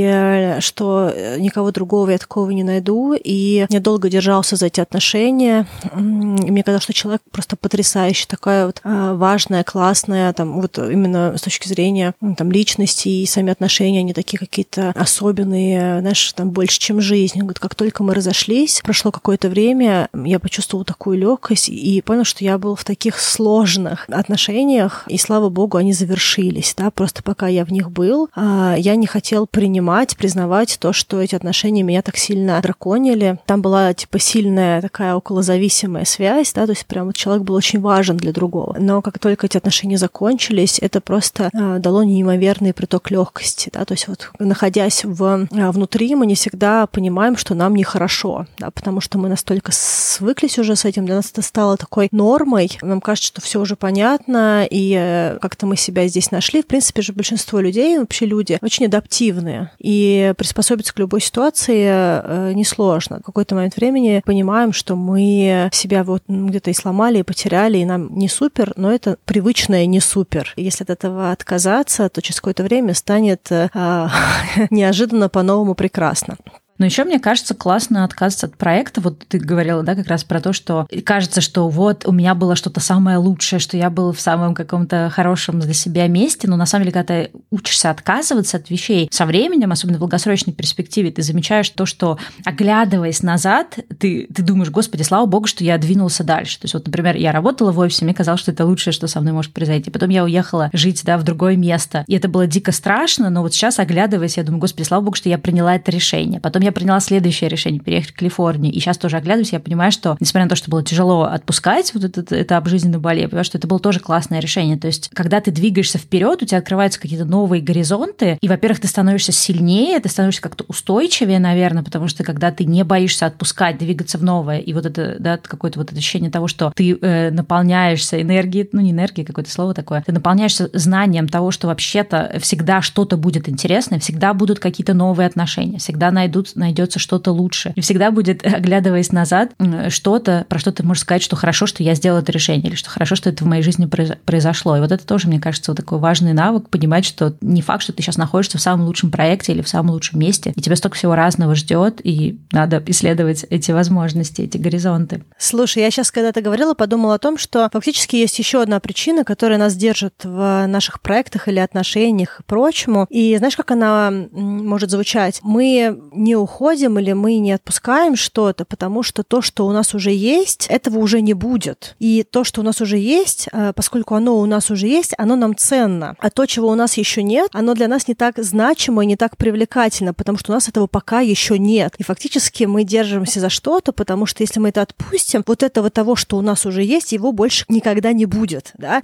и что никого другого я такого не найду, и я долго держался за эти отношения, и мне казалось, что человек просто потрясающий, такая вот важная, классная, там, вот именно с точки зрения там, личности и сами отношения, они такие какие-то особенные, знаешь, там, больше, чем жизнь. Вот как только мы разошлись, прошло какое-то время, я почувствовала такую легкость и поняла, что я был в таких сложных отношениях, и, слава богу, они завершились, да, просто пока я в них был, я не хотел хотел признавать то, что эти отношения меня так сильно драконили. Там была, сильная такая околозависимая связь, да, то есть прям вот человек был очень важен для другого. Но как только эти отношения закончились, это просто дало неимоверный приток легкости, да, то есть вот находясь внутри, мы не всегда понимаем, что нам нехорошо, да, потому что мы настолько свыклись уже с этим, для нас это стало такой нормой, нам кажется, что все уже понятно, и как-то мы себя здесь нашли. В принципе же большинство людей, вообще люди, очень адаптивные, и приспособиться к любой ситуации несложно. В какой-то момент времени понимаем, что мы себя вот где-то и сломали, и потеряли, и нам не супер, но это привычное не супер. И если от этого отказаться, то через какое-то время станет неожиданно по-новому прекрасно. Но еще мне кажется, классно отказываться от проекта. Вот ты говорила, да, как раз про то, что кажется, что вот у меня было что-то самое лучшее, что я была в самом каком-то хорошем для себя месте, но на самом деле, когда ты учишься отказываться от вещей со временем, особенно в долгосрочной перспективе, ты замечаешь то, что, оглядываясь назад, ты думаешь, господи, слава богу, что я двинулся дальше. То есть вот, например, я работала в офисе, мне казалось, что это лучшее, что со мной может произойти. Потом я уехала жить, да, в другое место, и это было дико страшно, но вот сейчас, оглядываясь, я думаю, господи, слава богу, что я приняла это решение. Потом я приняла следующее решение – переехать в Калифорнию. И сейчас тоже оглядываюсь, я понимаю, что, несмотря на то, что было тяжело отпускать вот этот этап жизни на Бали, я понимаю, что это было тоже классное решение. То есть, когда ты двигаешься вперед, у тебя открываются какие-то новые горизонты, и, во-первых, ты становишься сильнее, ты становишься как-то устойчивее, наверное, потому что когда ты не боишься отпускать, двигаться в новое, и вот это, да, какое-то вот это ощущение того, что ты наполняешься энергией, ну, не энергией, какое-то слово такое, ты наполняешься знанием того, что вообще-то всегда что-то будет интересное, всегда будут какие-то новые отношения, всегда найдется что-то лучше. И всегда будет, оглядываясь назад, что-то, про что ты можешь сказать, что хорошо, что я сделала это решение, или что хорошо, что это в моей жизни произошло. И вот это тоже, мне кажется, вот такой важный навык, понимать, что не факт, что ты сейчас находишься в самом лучшем проекте или в самом лучшем месте, и тебя столько всего разного ждет, и надо исследовать эти возможности, эти горизонты. Слушай, я сейчас, когда ты говорила, подумала о том, что фактически есть еще одна причина, которая нас держит в наших проектах или отношениях и прочему. И знаешь, как она может звучать? Мы не уходим или мы не отпускаем что-то, потому что то, что у нас уже есть, этого уже не будет. И то, что у нас уже есть, поскольку оно у нас уже есть, оно нам ценно. А то, чего у нас еще нет, оно для нас не так значимо и не так привлекательно, потому что у нас этого пока еще нет. И фактически мы держимся за что-то, потому что если мы это отпустим, вот этого того, что у нас уже есть, его больше никогда не будет. Да?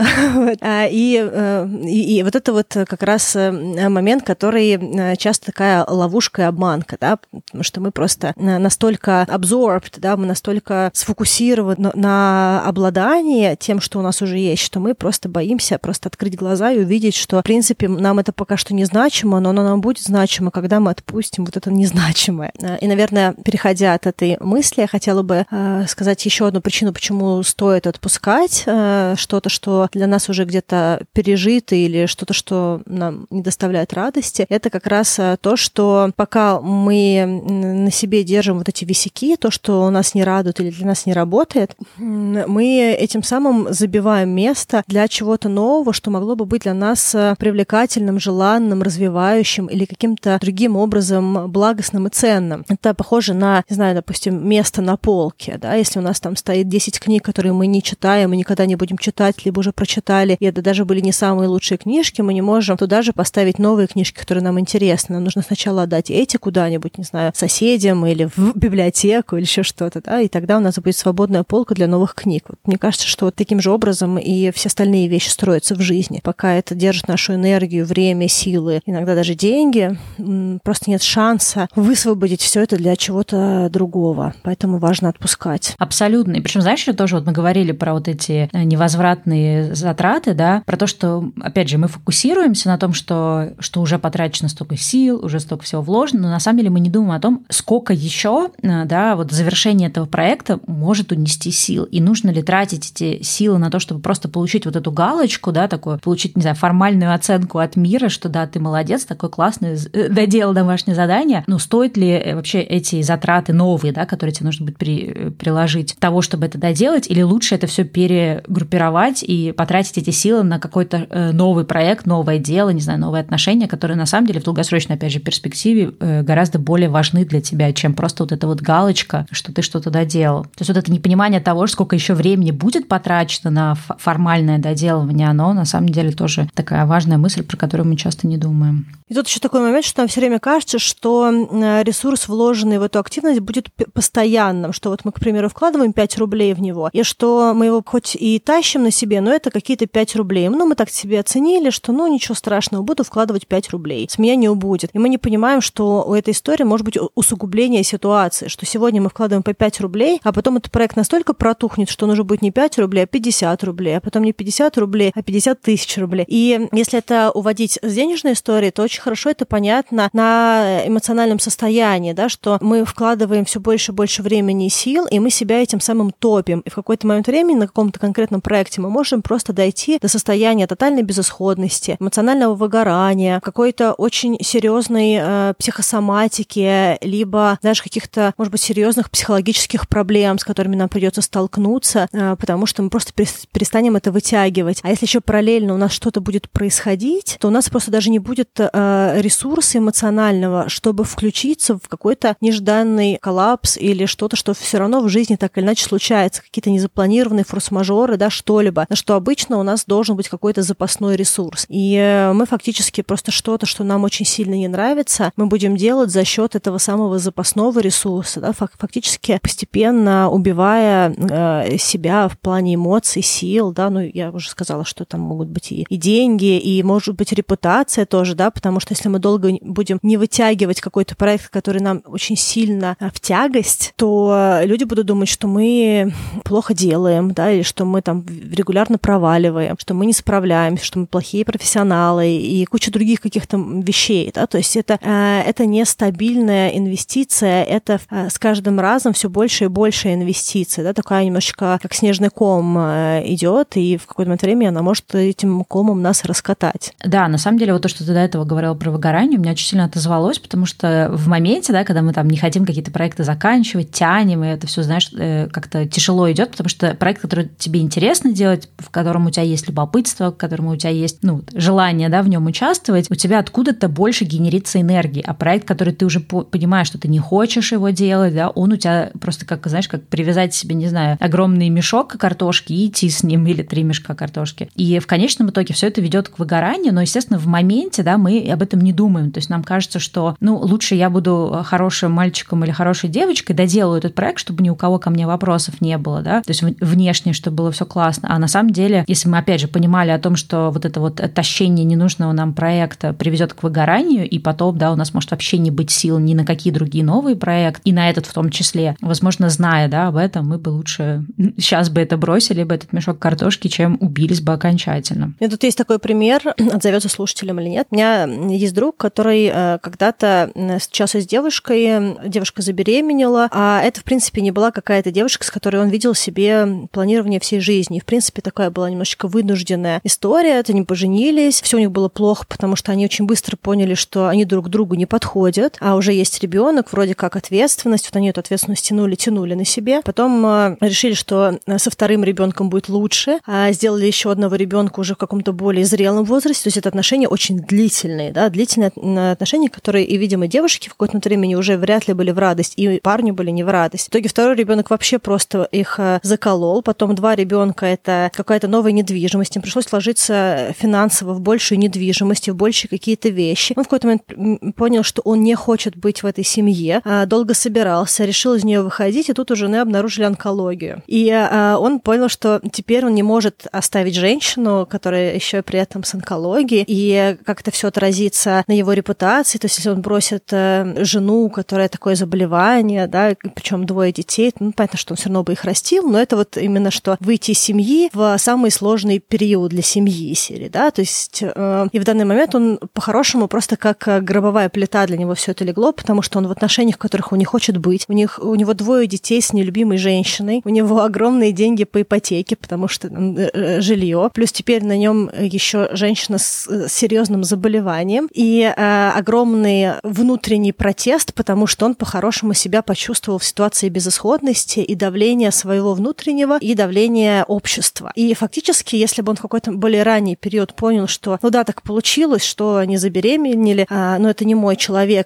И вот это вот как раз момент, который часто такая ловушка и обманка, да? Потому что мы просто настолько absorbed, да, мы настолько сфокусированы на обладании тем, что у нас уже есть, что мы просто боимся просто открыть глаза и увидеть, что, в принципе, нам это пока что не значимо, но оно нам будет значимо, когда мы отпустим вот это незначимое. И, наверное, переходя от этой мысли, я хотела бы сказать еще одну причину, почему стоит отпускать что-то, что для нас уже где-то пережито или что-то, что нам не доставляет радости. Это как раз то, что пока мы на себе держим вот эти висяки, то, что у нас не радует или для нас не работает, мы этим самым забиваем место для чего-то нового, что могло бы быть для нас привлекательным, желанным, развивающим или каким-то другим образом благостным и ценным. Это похоже на, не знаю, допустим, место на полке, да, если у нас там стоит 10 книг, которые мы не читаем и никогда не будем читать, либо уже прочитали, и это даже были не самые лучшие книжки, мы не можем туда же поставить новые книжки, которые нам интересны. Нам нужно сначала отдать эти куда-нибудь, не знаю, соседям или в библиотеку или еще что-то, да, и тогда у нас будет свободная полка для новых книг. Вот мне кажется, что вот таким же образом и все остальные вещи строятся в жизни. Пока это держит нашу энергию, время, силы, иногда даже деньги, просто нет шанса высвободить все это для чего-то другого. Поэтому важно отпускать. Абсолютно. И причем, знаешь, еще тоже вот мы говорили про вот эти невозвратные затраты, да, про то, что, опять же, мы фокусируемся на том, что уже потрачено столько сил, уже столько всего вложено, но на самом деле мы не думаем о том, сколько еще, да, вот завершение этого проекта может унести сил, и нужно ли тратить эти силы на то, чтобы просто получить вот эту галочку, да, такую, получить, не знаю, формальную оценку от мира, что да, ты молодец, такой классный, доделал домашнее задание, но стоит ли вообще эти затраты новые, да, которые тебе нужно будет приложить, того, чтобы это доделать, или лучше это все перегруппировать и потратить эти силы на какой-то новый проект, новое дело, не знаю, новые отношения, которые на самом деле в долгосрочной, опять же, перспективе гораздо более важны для тебя, чем просто вот эта вот галочка, что ты что-то доделал. То есть вот это непонимание того, сколько еще времени будет потрачено на формальное доделывание, оно на самом деле тоже такая важная мысль, про которую мы часто не думаем. И тут еще такой момент, что нам все время кажется, что ресурс, вложенный в эту активность, будет постоянным, что вот мы, к примеру, вкладываем 5 рублей в него, и что мы его хоть и тащим на себе, но это какие-то 5 рублей. Ну, мы так себе оценили, что, ну, ничего страшного, буду вкладывать 5 рублей, с меня не убудет. И мы не понимаем, что у этой истории может быть усугубление ситуации, что сегодня мы вкладываем по 5 рублей, а потом этот проект настолько протухнет, что он уже будет не 5 рублей, а 50 рублей, а потом не 50 рублей, а 50 тысяч рублей. И если это уводить с денежной истории, то очень хорошо это понятно на эмоциональном состоянии, да, что мы вкладываем все больше и больше времени и сил, и мы себя этим самым топим. И в какой-то момент времени на каком-то конкретном проекте мы можем просто дойти до состояния тотальной безысходности, эмоционального выгорания, какой-то очень серьезной психосоматики, либо даже каких-то, может быть, серьезных психологических проблем, с которыми нам придется столкнуться, потому что мы просто перестанем это вытягивать. А если еще параллельно у нас что-то будет происходить, то у нас просто даже не будет ресурса эмоционального, чтобы включиться в какой-то нежданный коллапс или что-то, что все равно в жизни так или иначе случается, какие-то незапланированные форс-мажоры, да, что-либо, на что обычно у нас должен быть какой-то запасной ресурс. И мы фактически просто что-то, что нам очень сильно не нравится, мы будем делать за счет этого самого запасного ресурса, да, фактически постепенно убивая себя в плане эмоций, сил, да, ну, я уже сказала, что там могут быть и деньги, и, может быть, репутация тоже, да, потому что если мы долго будем не вытягивать какой-то проект, который нам очень сильно в тягость, то люди будут думать, что мы плохо делаем, да, или что мы там регулярно проваливаем, что мы не справляемся, что мы плохие профессионалы и куча других каких-то вещей, да, то есть это нестабильная инвестиция, это с каждым разом все больше и больше инвестиций, да, такая немножечко как снежный ком идет, и в какое-то момент времени она может этим комом нас раскатать. Да, на самом деле вот то, что ты до этого говорила про выгорание, у меня очень сильно отозвалось, потому что в моменте, да, когда мы там не хотим какие-то проекты заканчивать, тянем, и это все, знаешь, как-то тяжело идет, потому что проект, который тебе интересно делать, в котором у тебя есть любопытство, в котором у тебя есть, ну, желание, да, в нем участвовать, у тебя откуда-то больше генерится энергии, а проект, который ты уже понимаешь, что ты не хочешь его делать, да, он у тебя просто как, знаешь, как привязать себе, не знаю, огромный мешок картошки и идти с ним, или 3 мешка картошки. И в конечном итоге все это ведет к выгоранию, но, естественно, в моменте, да, мы об этом не думаем. То есть нам кажется, что, ну, лучше я буду хорошим мальчиком или хорошей девочкой, доделаю этот проект, чтобы ни у кого ко мне вопросов не было, да, то есть внешне, чтобы было все классно. А на самом деле, если мы, опять же, понимали о том, что вот это вот тащение ненужного нам проекта приведет к выгоранию, и потом, да, у нас может вообще не быть сил ни на какие другие новые проекты, и на этот в том числе, возможно, зная, да, об этом, мы бы лучше сейчас бы это бросили бы, этот мешок картошки, чем убились бы окончательно. И тут есть такой пример, отзовется слушателям или нет. У меня есть друг, который когда-то встречался с девушкой, девушка забеременела, а это, в принципе, не была какая-то девушка, с которой он видел себе планирование всей жизни. И, в принципе, такая была немножечко вынужденная история, они поженились, все у них было плохо, потому что они очень быстро поняли, что они друг к другу не подходят, а уже есть ребенок, вроде как ответственность, вот они эту ответственность тянули на себе. Потом решили, что со вторым ребенком будет лучше, сделали еще одного ребенка уже в каком-то более зрелом возрасте, то есть это отношения очень длительные, да, длительные отношения, которые и, видимо, девушки в какое-то времени уже вряд ли были в радость, и парню были не в радость. В итоге второй ребенок вообще просто их заколол, потом 2 ребенка это какая-то новая недвижимость, им пришлось вложиться финансово в большую недвижимость, в большие какие-то вещи. Он в какой-то момент понял, что он не хочет быть в этой семье, долго собирался, решил из нее выходить, и тут у жены обнаружили онкологию. И он понял, что теперь он не может оставить женщину, которая еще при этом с онкологией, и как это все отразится на его репутации, то есть если он бросит жену, у которой такое заболевание, да, причем 2 детей, ну, понятно, что он все равно бы их растил, но это вот именно что выйти из семьи в самый сложный период для семьи серии, да, то есть и в данный момент он по-хорошему просто как гробовая плита для него все это легло, потому что он в отношениях, в которых он не хочет быть, у него 2 детей с нелюбимой женщиной, у него огромные деньги по ипотеке, потому что жилье, плюс теперь на нем еще женщина с серьезным заболеванием и огромный внутренний протест, потому что он по-хорошему себя почувствовал в ситуации безысходности и давления своего внутреннего, и давления общества. И фактически, если бы он в какой-то более ранний период понял, что, ну да, так получилось, что они забеременели, но это не мой человек, я буду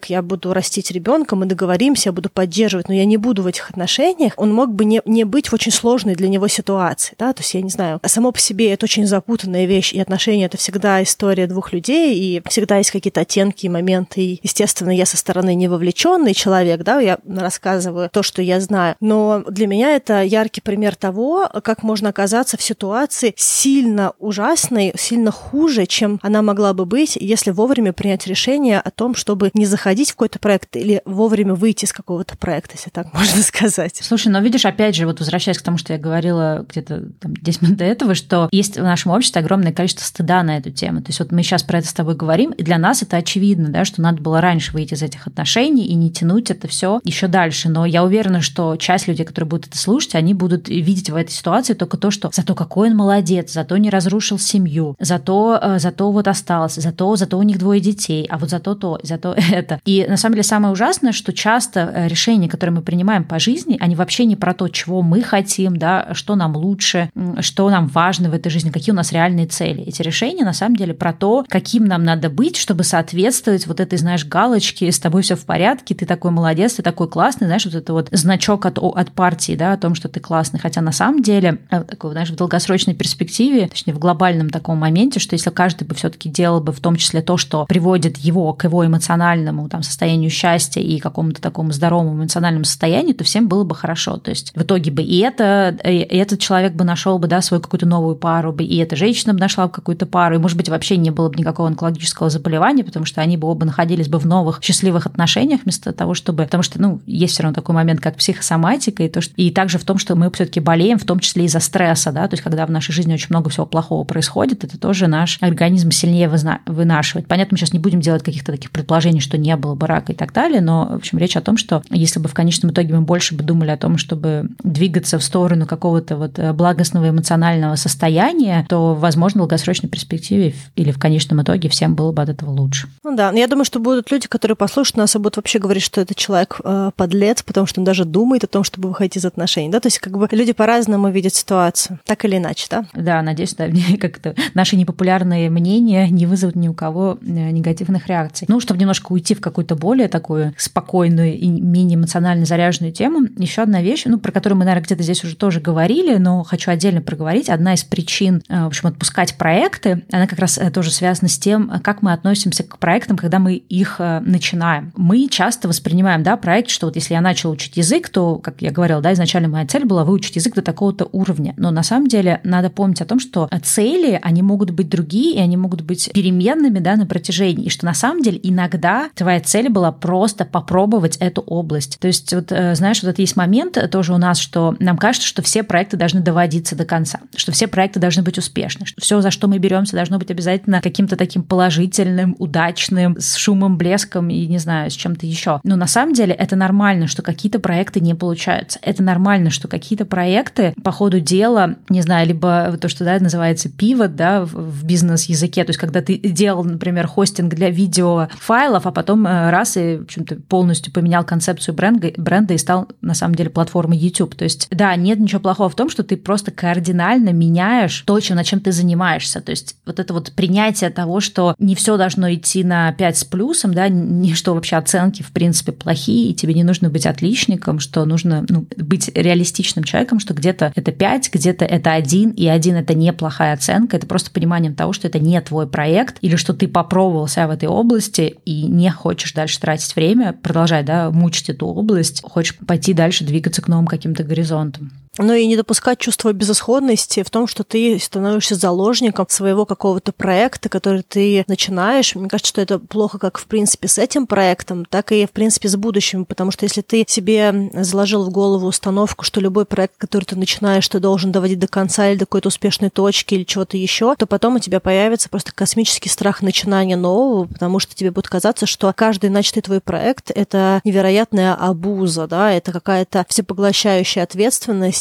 буду растить ребенка, мы договоримся, я буду поддерживать, но я не буду в этих отношениях, он мог бы не быть в очень сложной для него ситуации, да, то есть я не знаю, само по себе это очень запутанная вещь, и отношения — это всегда история двух людей, и всегда есть какие-то оттенки и моменты, и, естественно, я со стороны не вовлеченный человек, да, я рассказываю то, что я знаю, но для меня это яркий пример того, как можно оказаться в ситуации сильно ужасной, сильно хуже, чем она могла бы быть, если вовремя принять решение о том, чтобы не заходить в какой-то проект или вовремя выйти из какого-то проекта, если так можно сказать. Слушай, но видишь, опять же, вот возвращаясь к тому, что я говорила где-то 10 минут до этого, что есть в нашем обществе огромное количество стыда на эту тему. То есть вот мы сейчас про это с тобой говорим, и для нас это очевидно, да, что надо было раньше выйти из этих отношений и не тянуть это все еще дальше. Но я уверена, что часть людей, которые будут это слушать, они будут видеть в этой ситуации только то, что зато какой он молодец, зато не разрушил семью, зато вот остался, зато у них 2 детей, а вот зато это. И на самом деле самое ужасное, что часто решения, которые мы принимаем по жизни, они вообще не про то, чего мы хотим, да, что нам лучше, что нам важно в этой жизни, какие у нас реальные цели. Эти решения на самом деле про то, каким нам надо быть, чтобы соответствовать вот этой, знаешь, галочке, с тобой все в порядке, ты такой молодец, ты такой классный, знаешь, вот это вот значок от партии, да, о том, что ты классный. Хотя на самом деле, такой, знаешь, в долгосрочной перспективе, точнее, в глобальном таком моменте, что если каждый бы все-таки делал бы в том числе то, что приводит его к его эмоциональному там состоянию счастья и какому-то такому здоровому эмоциональному состоянию, то всем было бы хорошо. То есть в итоге бы и этот человек бы нашел бы, да, свою какую-то новую пару, бы и эта женщина бы нашла бы какую-то пару, и, может быть, вообще не было бы никакого онкологического заболевания, потому что они бы оба находились бы в новых счастливых отношениях вместо того, чтобы... Потому что, ну, есть все равно такой момент, как психосоматика, и также в том, что мы все-таки болеем, в том числе из-за стресса, да, то есть когда в нашей жизни очень много всего плохого происходит, это тоже наш организм сильнее вынашивает. Понятно, мы сейчас не будем делать каких-то таких предположений, что не было бы рака и так далее, но, в общем, речь о том, что если бы в конечном итоге мы больше бы думали о том, чтобы двигаться в сторону какого-то вот благостного эмоционального состояния, то, возможно, в долгосрочной перспективе или в конечном итоге всем было бы от этого лучше. Ну да, но я думаю, что будут люди, которые послушают нас и будут вообще говорить, что этот человек подлец, потому что он даже думает о том, чтобы выходить из отношений, да, то есть как бы люди по-разному видят ситуацию, так или иначе, да? Да, надеюсь, да, как-то наши непопулярные мнения не вызовут ни у кого негативных реакций. Ну, чтобы немножко уйти в какую-то более такую спокойную и менее эмоционально заряженную тему, еще одна вещь, ну, про которую мы, наверное, где-то здесь уже тоже говорили, но хочу отдельно проговорить. Одна из причин, в общем, отпускать проекты, она как раз тоже связана с тем, как мы относимся к проектам, когда мы их начинаем. Мы часто воспринимаем, да, проект, что вот если я начала учить язык, то, как я говорила, да, изначально моя цель была выучить язык до такого-то уровня. Но на самом деле надо помнить о том, что цели, они могут быть другие, и они могут быть переменными, да, на протяжении. И что на самом деле иногда твоя цель была просто попробовать эту область. То есть, вот, знаешь, вот это есть момент тоже у нас, что нам кажется, что все проекты должны доводиться до конца, что все проекты должны быть успешны, что все, за что мы беремся, должно быть обязательно каким-то таким положительным, удачным, с шумом, блеском и, не знаю, с чем-то еще. Но на самом деле это нормально, что какие-то проекты не получаются. Это нормально, что какие-то проекты по ходу дела, не знаю, либо то, что, да, называется пивот, да, в бизнес-языке, то есть когда ты делал, например, хостинг для видеофайлов, а потом раз и, в общем-то, полностью поменял концепцию бренда и стал, на самом деле, платформой YouTube. То есть, да, нет ничего плохого в том, что ты просто кардинально меняешь то, над чем ты занимаешься. То есть вот это вот принятие того, что не все должно идти на 5 с плюсом, да, не что вообще оценки, в принципе, плохие, и тебе не нужно быть отличником, что нужно, ну, быть реалистичным человеком, что где-то это 5, где-то это 1, и 1 — это неплохая оценка, это просто пониманием того, что это не твой проект, или что ты попробовал себя в этой области и не хочешь дальше тратить время, продолжать, да, мучить эту область, хочешь пойти дальше, двигаться к новым каким-то горизонтам. Ну и не допускать чувство безысходности в том, что ты становишься заложником своего какого-то проекта, который ты начинаешь. Мне кажется, что это плохо как, в принципе, с этим проектом, так и, в принципе, с будущим, потому что если ты себе заложил в голову установку, что любой проект, который ты начинаешь, ты должен доводить до конца или до какой-то успешной точки или чего-то еще, то потом у тебя появится просто космический страх начинания нового, потому что тебе будет казаться, что каждый начатый твой проект — это невероятная абуза, да, это какая-то всепоглощающая ответственность,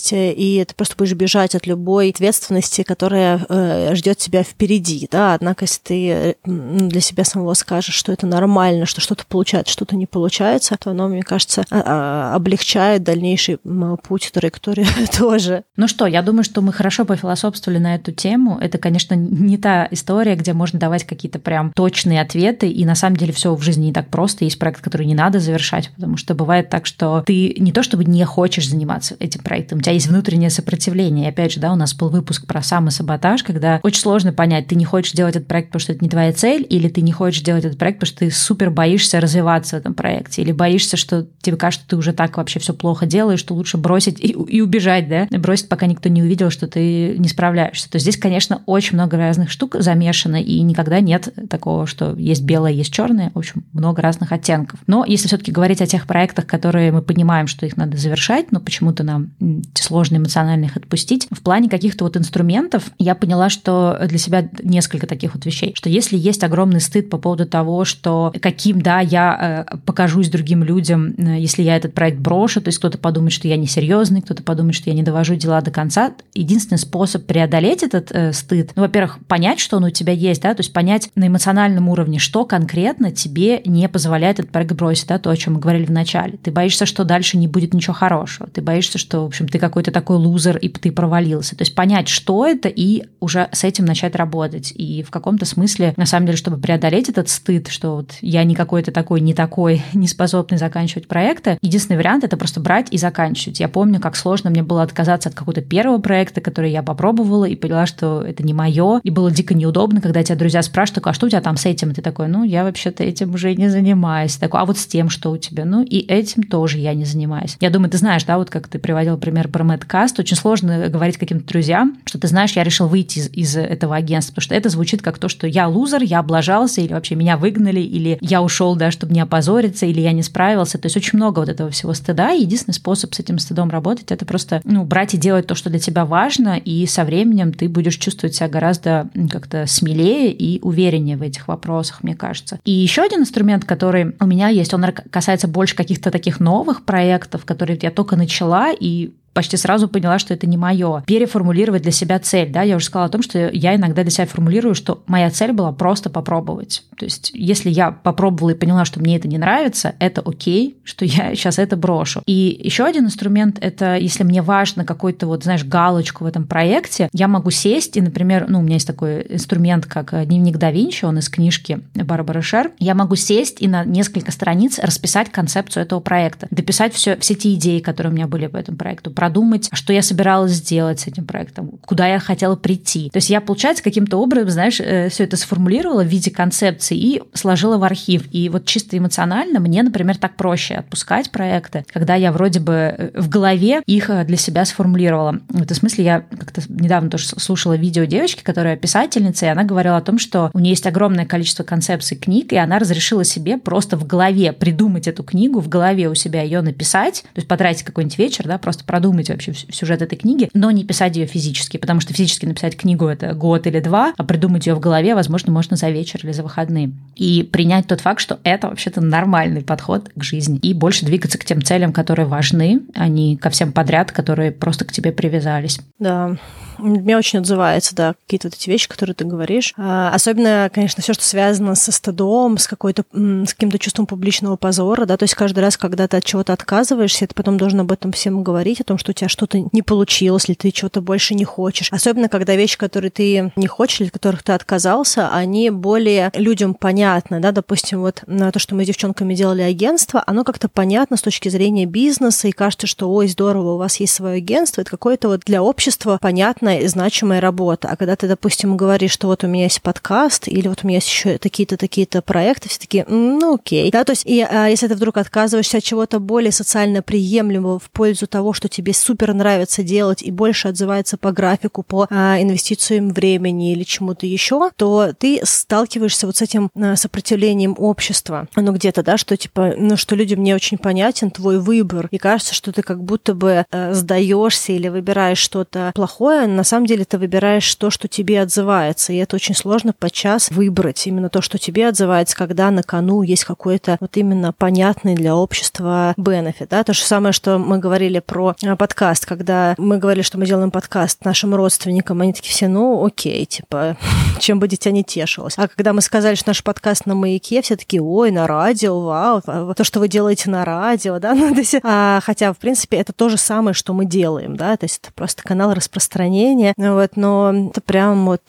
месте, и ты просто будешь бежать от любой ответственности, которая ждет тебя впереди, да, однако если ты для себя самого скажешь, что это нормально, что что-то получается, что-то не получается, то оно, мне кажется, облегчает дальнейший путь, траекторию тоже. Ну что, я думаю, что мы хорошо пофилософствовали на эту тему. Это, конечно, не та история, где можно давать какие-то прям точные ответы, и на самом деле все в жизни не так просто. Есть проект, который не надо завершать, потому что бывает так, что ты не то чтобы не хочешь заниматься этим проектом, у тебя есть внутреннее сопротивление. И опять же, да, у нас был выпуск про самосаботаж, когда очень сложно понять, ты не хочешь делать этот проект, потому что это не твоя цель, или ты не хочешь делать этот проект, потому что ты супер боишься развиваться в этом проекте, или боишься, что тебе кажется, что ты уже так вообще все плохо делаешь, что лучше бросить и убежать, да, бросить, пока никто не увидел, что ты не справляешься. То здесь, конечно, очень много разных штук замешано, и никогда нет такого, что есть белое, есть черное, в общем, много разных оттенков. Но если все-таки говорить о тех проектах, которые мы понимаем, что их надо завершать, но почему-то нам сложно эмоционально их отпустить, в плане каких-то вот инструментов я поняла, что для себя несколько таких вот вещей, что если есть огромный стыд по поводу того, что каким, да, я покажусь другим людям, если я этот проект брошу, то есть кто-то подумает, что я несерьезный, кто-то подумает, что я не довожу дела до конца. Единственный способ преодолеть этот стыд, ну, во-первых, понять, что он у тебя есть, да, то есть понять на эмоциональном уровне, что конкретно тебе не позволяет этот проект бросить, да, то, о чем мы говорили в начале. Ты боишься, что дальше не будет ничего хорошего, ты боишься, что, в общем, ты какой-то такой лузер, и ты провалился. То есть понять, что это, и уже с этим начать работать. И в каком-то смысле, на самом деле, чтобы преодолеть этот стыд, что вот я не какой-то такой, не способный заканчивать проекты, единственный вариант — это просто брать и заканчивать. Я помню, как сложно мне было отказаться от какого-то первого проекта, который я попробовала, и поняла, что это не мое, и было дико неудобно, когда тебя друзья спрашивают, а что у тебя там с этим? И ты такой, ну, я вообще-то этим уже не занимаюсь. Такой, а вот с тем, что у тебя? Ну, и этим тоже я не занимаюсь. Я думаю, ты знаешь, да, вот как ты приводил пример про Мэдкаст, очень сложно говорить каким-то друзьям, что ты знаешь, я решил выйти из этого агентства, потому что это звучит как то, что я лузер, я облажался, или вообще меня выгнали, или я ушел, да, чтобы не опозориться, или я не справился. То есть очень много вот этого всего стыда, и единственный способ с этим стыдом работать — это просто, ну, брать и делать то, что для тебя важно, и со временем ты будешь чувствовать себя гораздо как-то смелее и увереннее в этих вопросах, мне кажется. И еще один инструмент, который у меня есть, он касается больше каких-то таких новых проектов, которые я только начала, и почти сразу поняла, что это не мое. Переформулировать для себя цель. Да? Я уже сказала о том, что я иногда для себя формулирую, что моя цель была просто попробовать. То есть если я попробовала и поняла, что мне это не нравится, это окей, что я сейчас это брошу. И еще один инструмент — это если мне важно какой-то, вот, знаешь, галочку в этом проекте, я могу сесть и, например, ну, у меня есть такой инструмент, как дневник да Винчи, он из книжки Барбары Шер. Я могу сесть и на несколько страниц расписать концепцию этого проекта, дописать все те идеи, которые у меня были по этому проекту, продумать, что я собиралась сделать с этим проектом, куда я хотела прийти. То есть я, получается, каким-то образом, знаешь, все это сформулировала в виде концепции и сложила в архив. И вот чисто эмоционально мне, например, так проще отпускать проекты, когда я вроде бы в голове их для себя сформулировала. В этом смысле я как-то недавно тоже слушала видео девочки, которая писательница, и она говорила о том, что у нее есть огромное количество концепций книг, и она разрешила себе просто в голове придумать эту книгу, в голове у себя ее написать, то есть потратить какой-нибудь вечер, да, просто продумать вообще сюжет этой книги, но не писать ее физически, потому что физически написать книгу — это год или два, а придумать ее в голове, возможно, можно за вечер или за выходные. И принять тот факт, что это вообще-то нормальный подход к жизни. И больше двигаться к тем целям, которые важны, а не ко всем подряд, которые просто к тебе привязались. Да. Мне очень отзывается, да, какие-то вот эти вещи, которые ты говоришь. Особенно, конечно, все, что связано со стыдом, с каким-то чувством публичного позора, да, то есть каждый раз, когда ты от чего-то отказываешься, ты потом должен об этом всем говорить, о том, что у тебя что-то не получилось, или ты чего-то больше не хочешь. Особенно, когда вещи, которые ты не хочешь, или от которых ты отказался, они более людям понятны, да, допустим, вот то, что мы с девчонками делали агентство, оно как-то понятно с точки зрения бизнеса, и кажется, что, ой, здорово, у вас есть свое агентство, это какое-то вот для общества понятное и значимая работа. А когда ты, допустим, говоришь, что вот у меня есть подкаст, или вот у меня есть еще такие-то проекты, все такие, ну окей. Да, то есть, и если ты вдруг отказываешься от чего-то более социально приемлемого в пользу того, что тебе супер нравится делать и больше отзывается по графику, по инвестициям времени или чему-то еще, то ты сталкиваешься вот с этим сопротивлением общества. Ну где-то, да, что типа, ну что людям не очень понятен твой выбор, и кажется, что ты как будто бы сдаешься или выбираешь что-то плохое, на самом деле ты выбираешь то, что тебе отзывается, и это очень сложно подчас выбрать именно то, что тебе отзывается, когда на кону есть какой-то вот именно понятный для общества бенефит. Да? То же самое, что мы говорили про подкаст, когда мы говорили, что мы делаем подкаст нашим родственникам, они такие все, ну окей, типа, чем бы дитя не тешилось. А когда мы сказали, что наш подкаст на Маяке, все такие, ой, на радио, вау, то, что вы делаете на радио, да, ну, то есть, хотя, в принципе, это то же самое, что мы делаем, да, то есть это просто канал распространения, вот, но это прям вот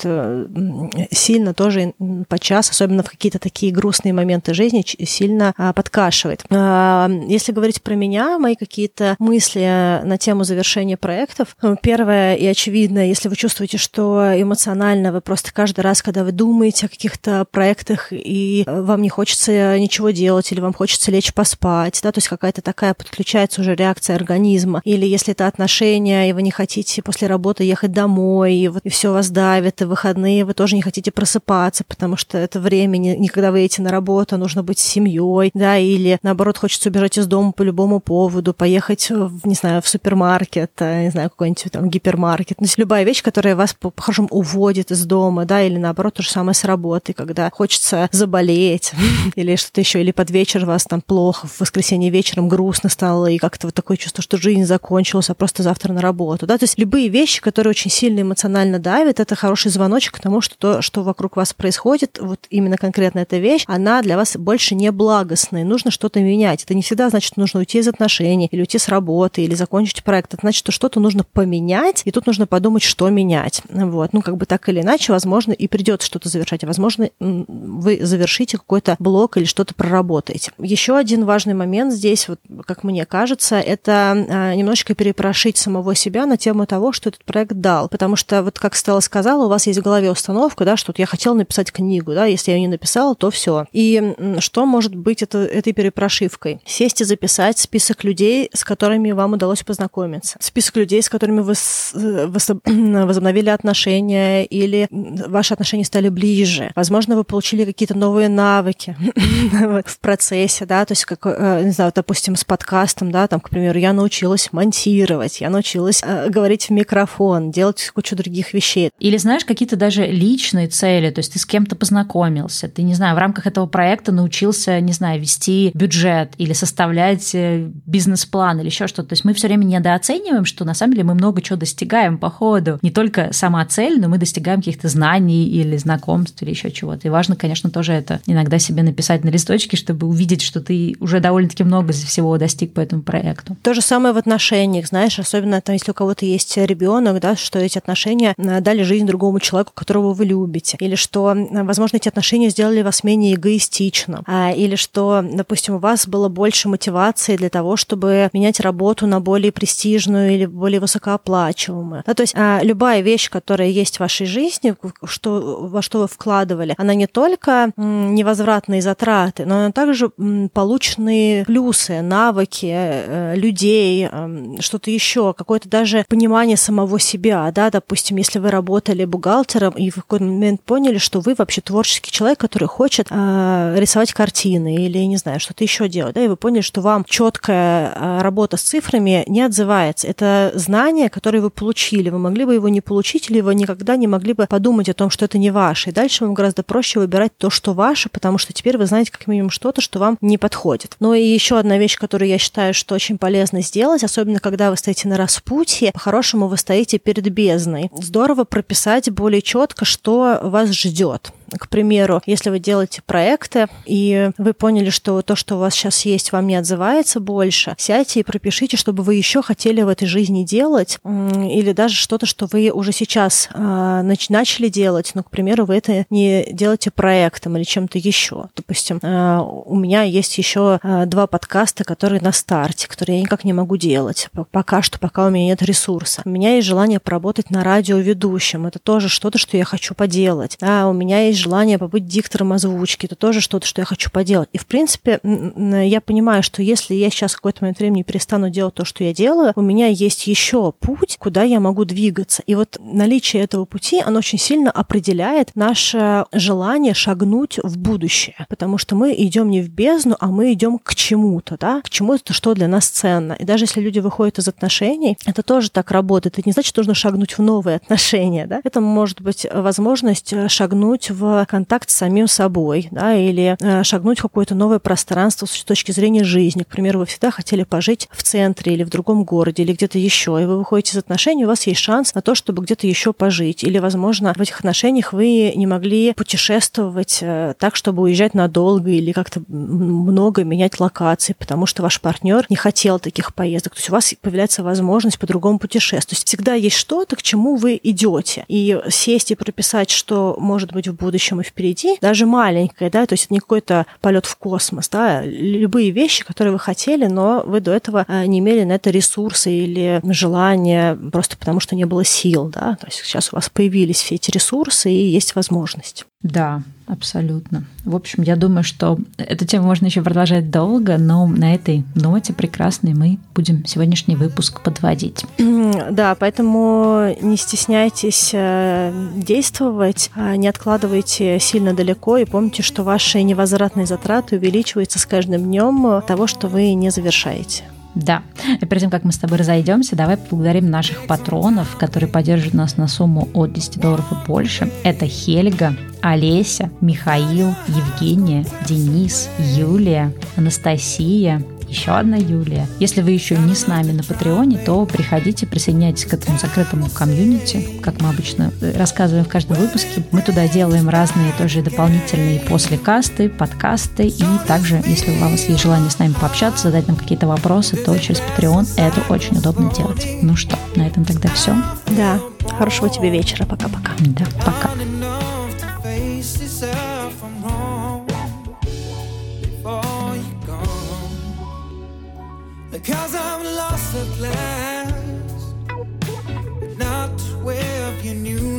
сильно тоже подчас, особенно в какие-то такие грустные моменты жизни, сильно подкашивает. Если говорить про меня, мои какие-то мысли на тему завершения проектов, первое и очевидное, если вы чувствуете, что эмоционально вы просто каждый раз, когда вы думаете о каких-то проектах, и вам не хочется ничего делать, или вам хочется лечь поспать, да, то есть какая-то такая подключается уже реакция организма, или если это отношения, и вы не хотите после работы ехать домой, и все вас давит, и в выходные вы тоже не хотите просыпаться, потому что это время, не когда вы едете на работу, нужно быть с семьей, да, или наоборот хочется убежать из дома по любому поводу, поехать, не знаю, в супермаркет, не знаю, какой-нибудь там гипермаркет, то есть любая вещь, которая вас по-хорошему уводит из дома, да, или наоборот то же самое с работы, когда хочется заболеть или что-то еще, или под вечер вас там плохо, в воскресенье вечером грустно стало, и как-то вот такое чувство, что жизнь закончилась, а просто завтра на работу, да, то есть любые вещи, которые очень сильно эмоционально давят, это хороший звоночек к тому, что то, что вокруг вас происходит, вот именно конкретно эта вещь, она для вас больше не благостная, нужно что-то менять. Это не всегда значит, что нужно уйти из отношений, или уйти с работы, или закончить проект. Это значит, что что-то нужно поменять, и тут нужно подумать, что менять. Вот. Ну, как бы так или иначе, возможно, и придется что-то завершать, а возможно, вы завершите какой-то блок или что-то проработаете. Еще один важный момент здесь, вот, как мне кажется, это немножечко перепрошить самого себя на тему того, что этот проект дал. Потому что, вот как Стелла сказала, у вас есть в голове установка, да, что вот я хотела написать книгу, да, если я ее не написала, то все. И что может быть этой перепрошивкой? Сесть и записать список людей, с которыми вам удалось познакомиться. Список людей, с которыми вы возобновили отношения, или ваши отношения стали ближе. Возможно, вы получили какие-то новые навыки в процессе, да, то есть, как, не знаю, допустим, с подкастом, да, там, к примеру, я научилась монтировать, я научилась говорить в микрофон, делать кучу других вещей. Или, знаешь, какие-то даже личные цели, то есть ты с кем-то познакомился, ты, не знаю, в рамках этого проекта научился, не знаю, вести бюджет или составлять бизнес-план или еще что-то. То есть мы все время недооцениваем, что на самом деле мы много чего достигаем по ходу. Не только сама цель, но мы достигаем каких-то знаний или знакомств или еще чего-то. И важно, конечно, тоже это иногда себе написать на листочке, чтобы увидеть, что ты уже довольно-таки много всего достиг по этому проекту. То же самое в отношениях, знаешь, особенно там, если у кого-то есть ребенок, да, что эти отношения дали жизнь другому человеку, которого вы любите, или что, возможно, эти отношения сделали вас менее эгоистичным, или что, допустим, у вас было больше мотивации для того, чтобы менять работу на более престижную или более высокооплачиваемую. Да, то есть любая вещь, которая есть в вашей жизни, во что вы вкладывали, она не только невозвратные затраты, но она также полученные плюсы, навыки людей, что-то еще, какое-то даже понимание самого себя, да, допустим, если вы работали бухгалтером и в какой-то момент поняли, что вы вообще творческий человек, который хочет рисовать картины или, не знаю, что-то еще делать, да, и вы поняли, что вам четкая работа с цифрами не отзывается. Это знание, которое вы получили, вы могли бы его не получить, или вы никогда не могли бы подумать о том, что это не ваше. И дальше вам гораздо проще выбирать то, что ваше, потому что теперь вы знаете как минимум что-то, что вам не подходит. Ну и еще одна вещь, которую я считаю, что очень полезно сделать, особенно когда вы стоите на распутье, по-хорошему вы стоите перед бездной. Здорово прописать более четко, что вас ждет. К примеру, если вы делаете проекты, и вы поняли, что то, что у вас сейчас есть, вам не отзывается больше, сядьте и пропишите, чтобы вы еще хотели в этой жизни делать, или даже что-то, что вы уже сейчас начали делать, но, к примеру, вы это не делаете проектом или чем-то еще. Допустим, у меня есть еще 2 подкаста, которые на старте, которые я никак не могу делать. Пока у меня нет ресурса. У меня есть желание поработать на радиоведущем. Это тоже что-то, что я хочу поделать. У меня есть есть желание побыть диктором озвучки, это тоже что-то, что я хочу поделать. И, в принципе, я понимаю, что если я сейчас в какой-то момент времени перестану делать то, что я делаю, у меня есть еще путь, куда я могу двигаться. И вот наличие этого пути, оно очень сильно определяет наше желание шагнуть в будущее. Потому что мы идем не в бездну, а мы идем к чему-то, да, к чему-то, что для нас ценно. И даже если люди выходят из отношений, это тоже так работает. Это не значит, что нужно шагнуть в новые отношения, да. Это может быть возможность шагнуть в контакт с самим собой, да, или шагнуть в какое-то новое пространство с точки зрения жизни. К примеру, вы всегда хотели пожить в центре или в другом городе, или где-то еще, и вы выходите из отношений, у вас есть шанс на то, чтобы где-то еще пожить. Или, возможно, в этих отношениях вы не могли путешествовать так, чтобы уезжать надолго или как-то много менять локации, потому что ваш партнер не хотел таких поездок. То есть у вас появляется возможность по-другому путешествовать. То есть всегда есть что-то, к чему вы идете. И сесть и прописать, что может быть в будущем и впереди, даже маленькое, да, то есть это не какой-то полет в космос, да, любые вещи, которые вы хотели, но вы до этого не имели на это ресурсы или желания, просто потому что не было сил, да, то есть сейчас у вас появились все эти ресурсы и есть возможность. Да, абсолютно. В общем, я думаю, что эту тему можно еще продолжать долго, но на этой ноте прекрасной мы будем сегодняшний выпуск подводить. Да, поэтому не стесняйтесь действовать, не откладывайте сильно далеко и помните, что ваши невозвратные затраты увеличиваются с каждым днем того, что вы не завершаете. Да. И перед тем, как мы с тобой разойдемся, давай поблагодарим наших патронов, которые поддерживают нас на сумму от $10 и больше. Это Хельга, Олеся, Михаил, Евгения, Денис, Юлия, Анастасия, еще одна Юлия. Если вы еще не с нами на Патреоне, то приходите, присоединяйтесь к этому закрытому комьюнити. Как мы обычно рассказываем в каждом выпуске, мы туда делаем разные тоже дополнительные послекасты, подкасты. И также, если у вас есть желание с нами пообщаться, задать нам какие-то вопросы, то через Patreon это очень удобно делать. Ну что, на этом тогда все. Да, хорошего тебе вечера. Пока-пока. Да, пока. Because I'm lost at last, but not where you knew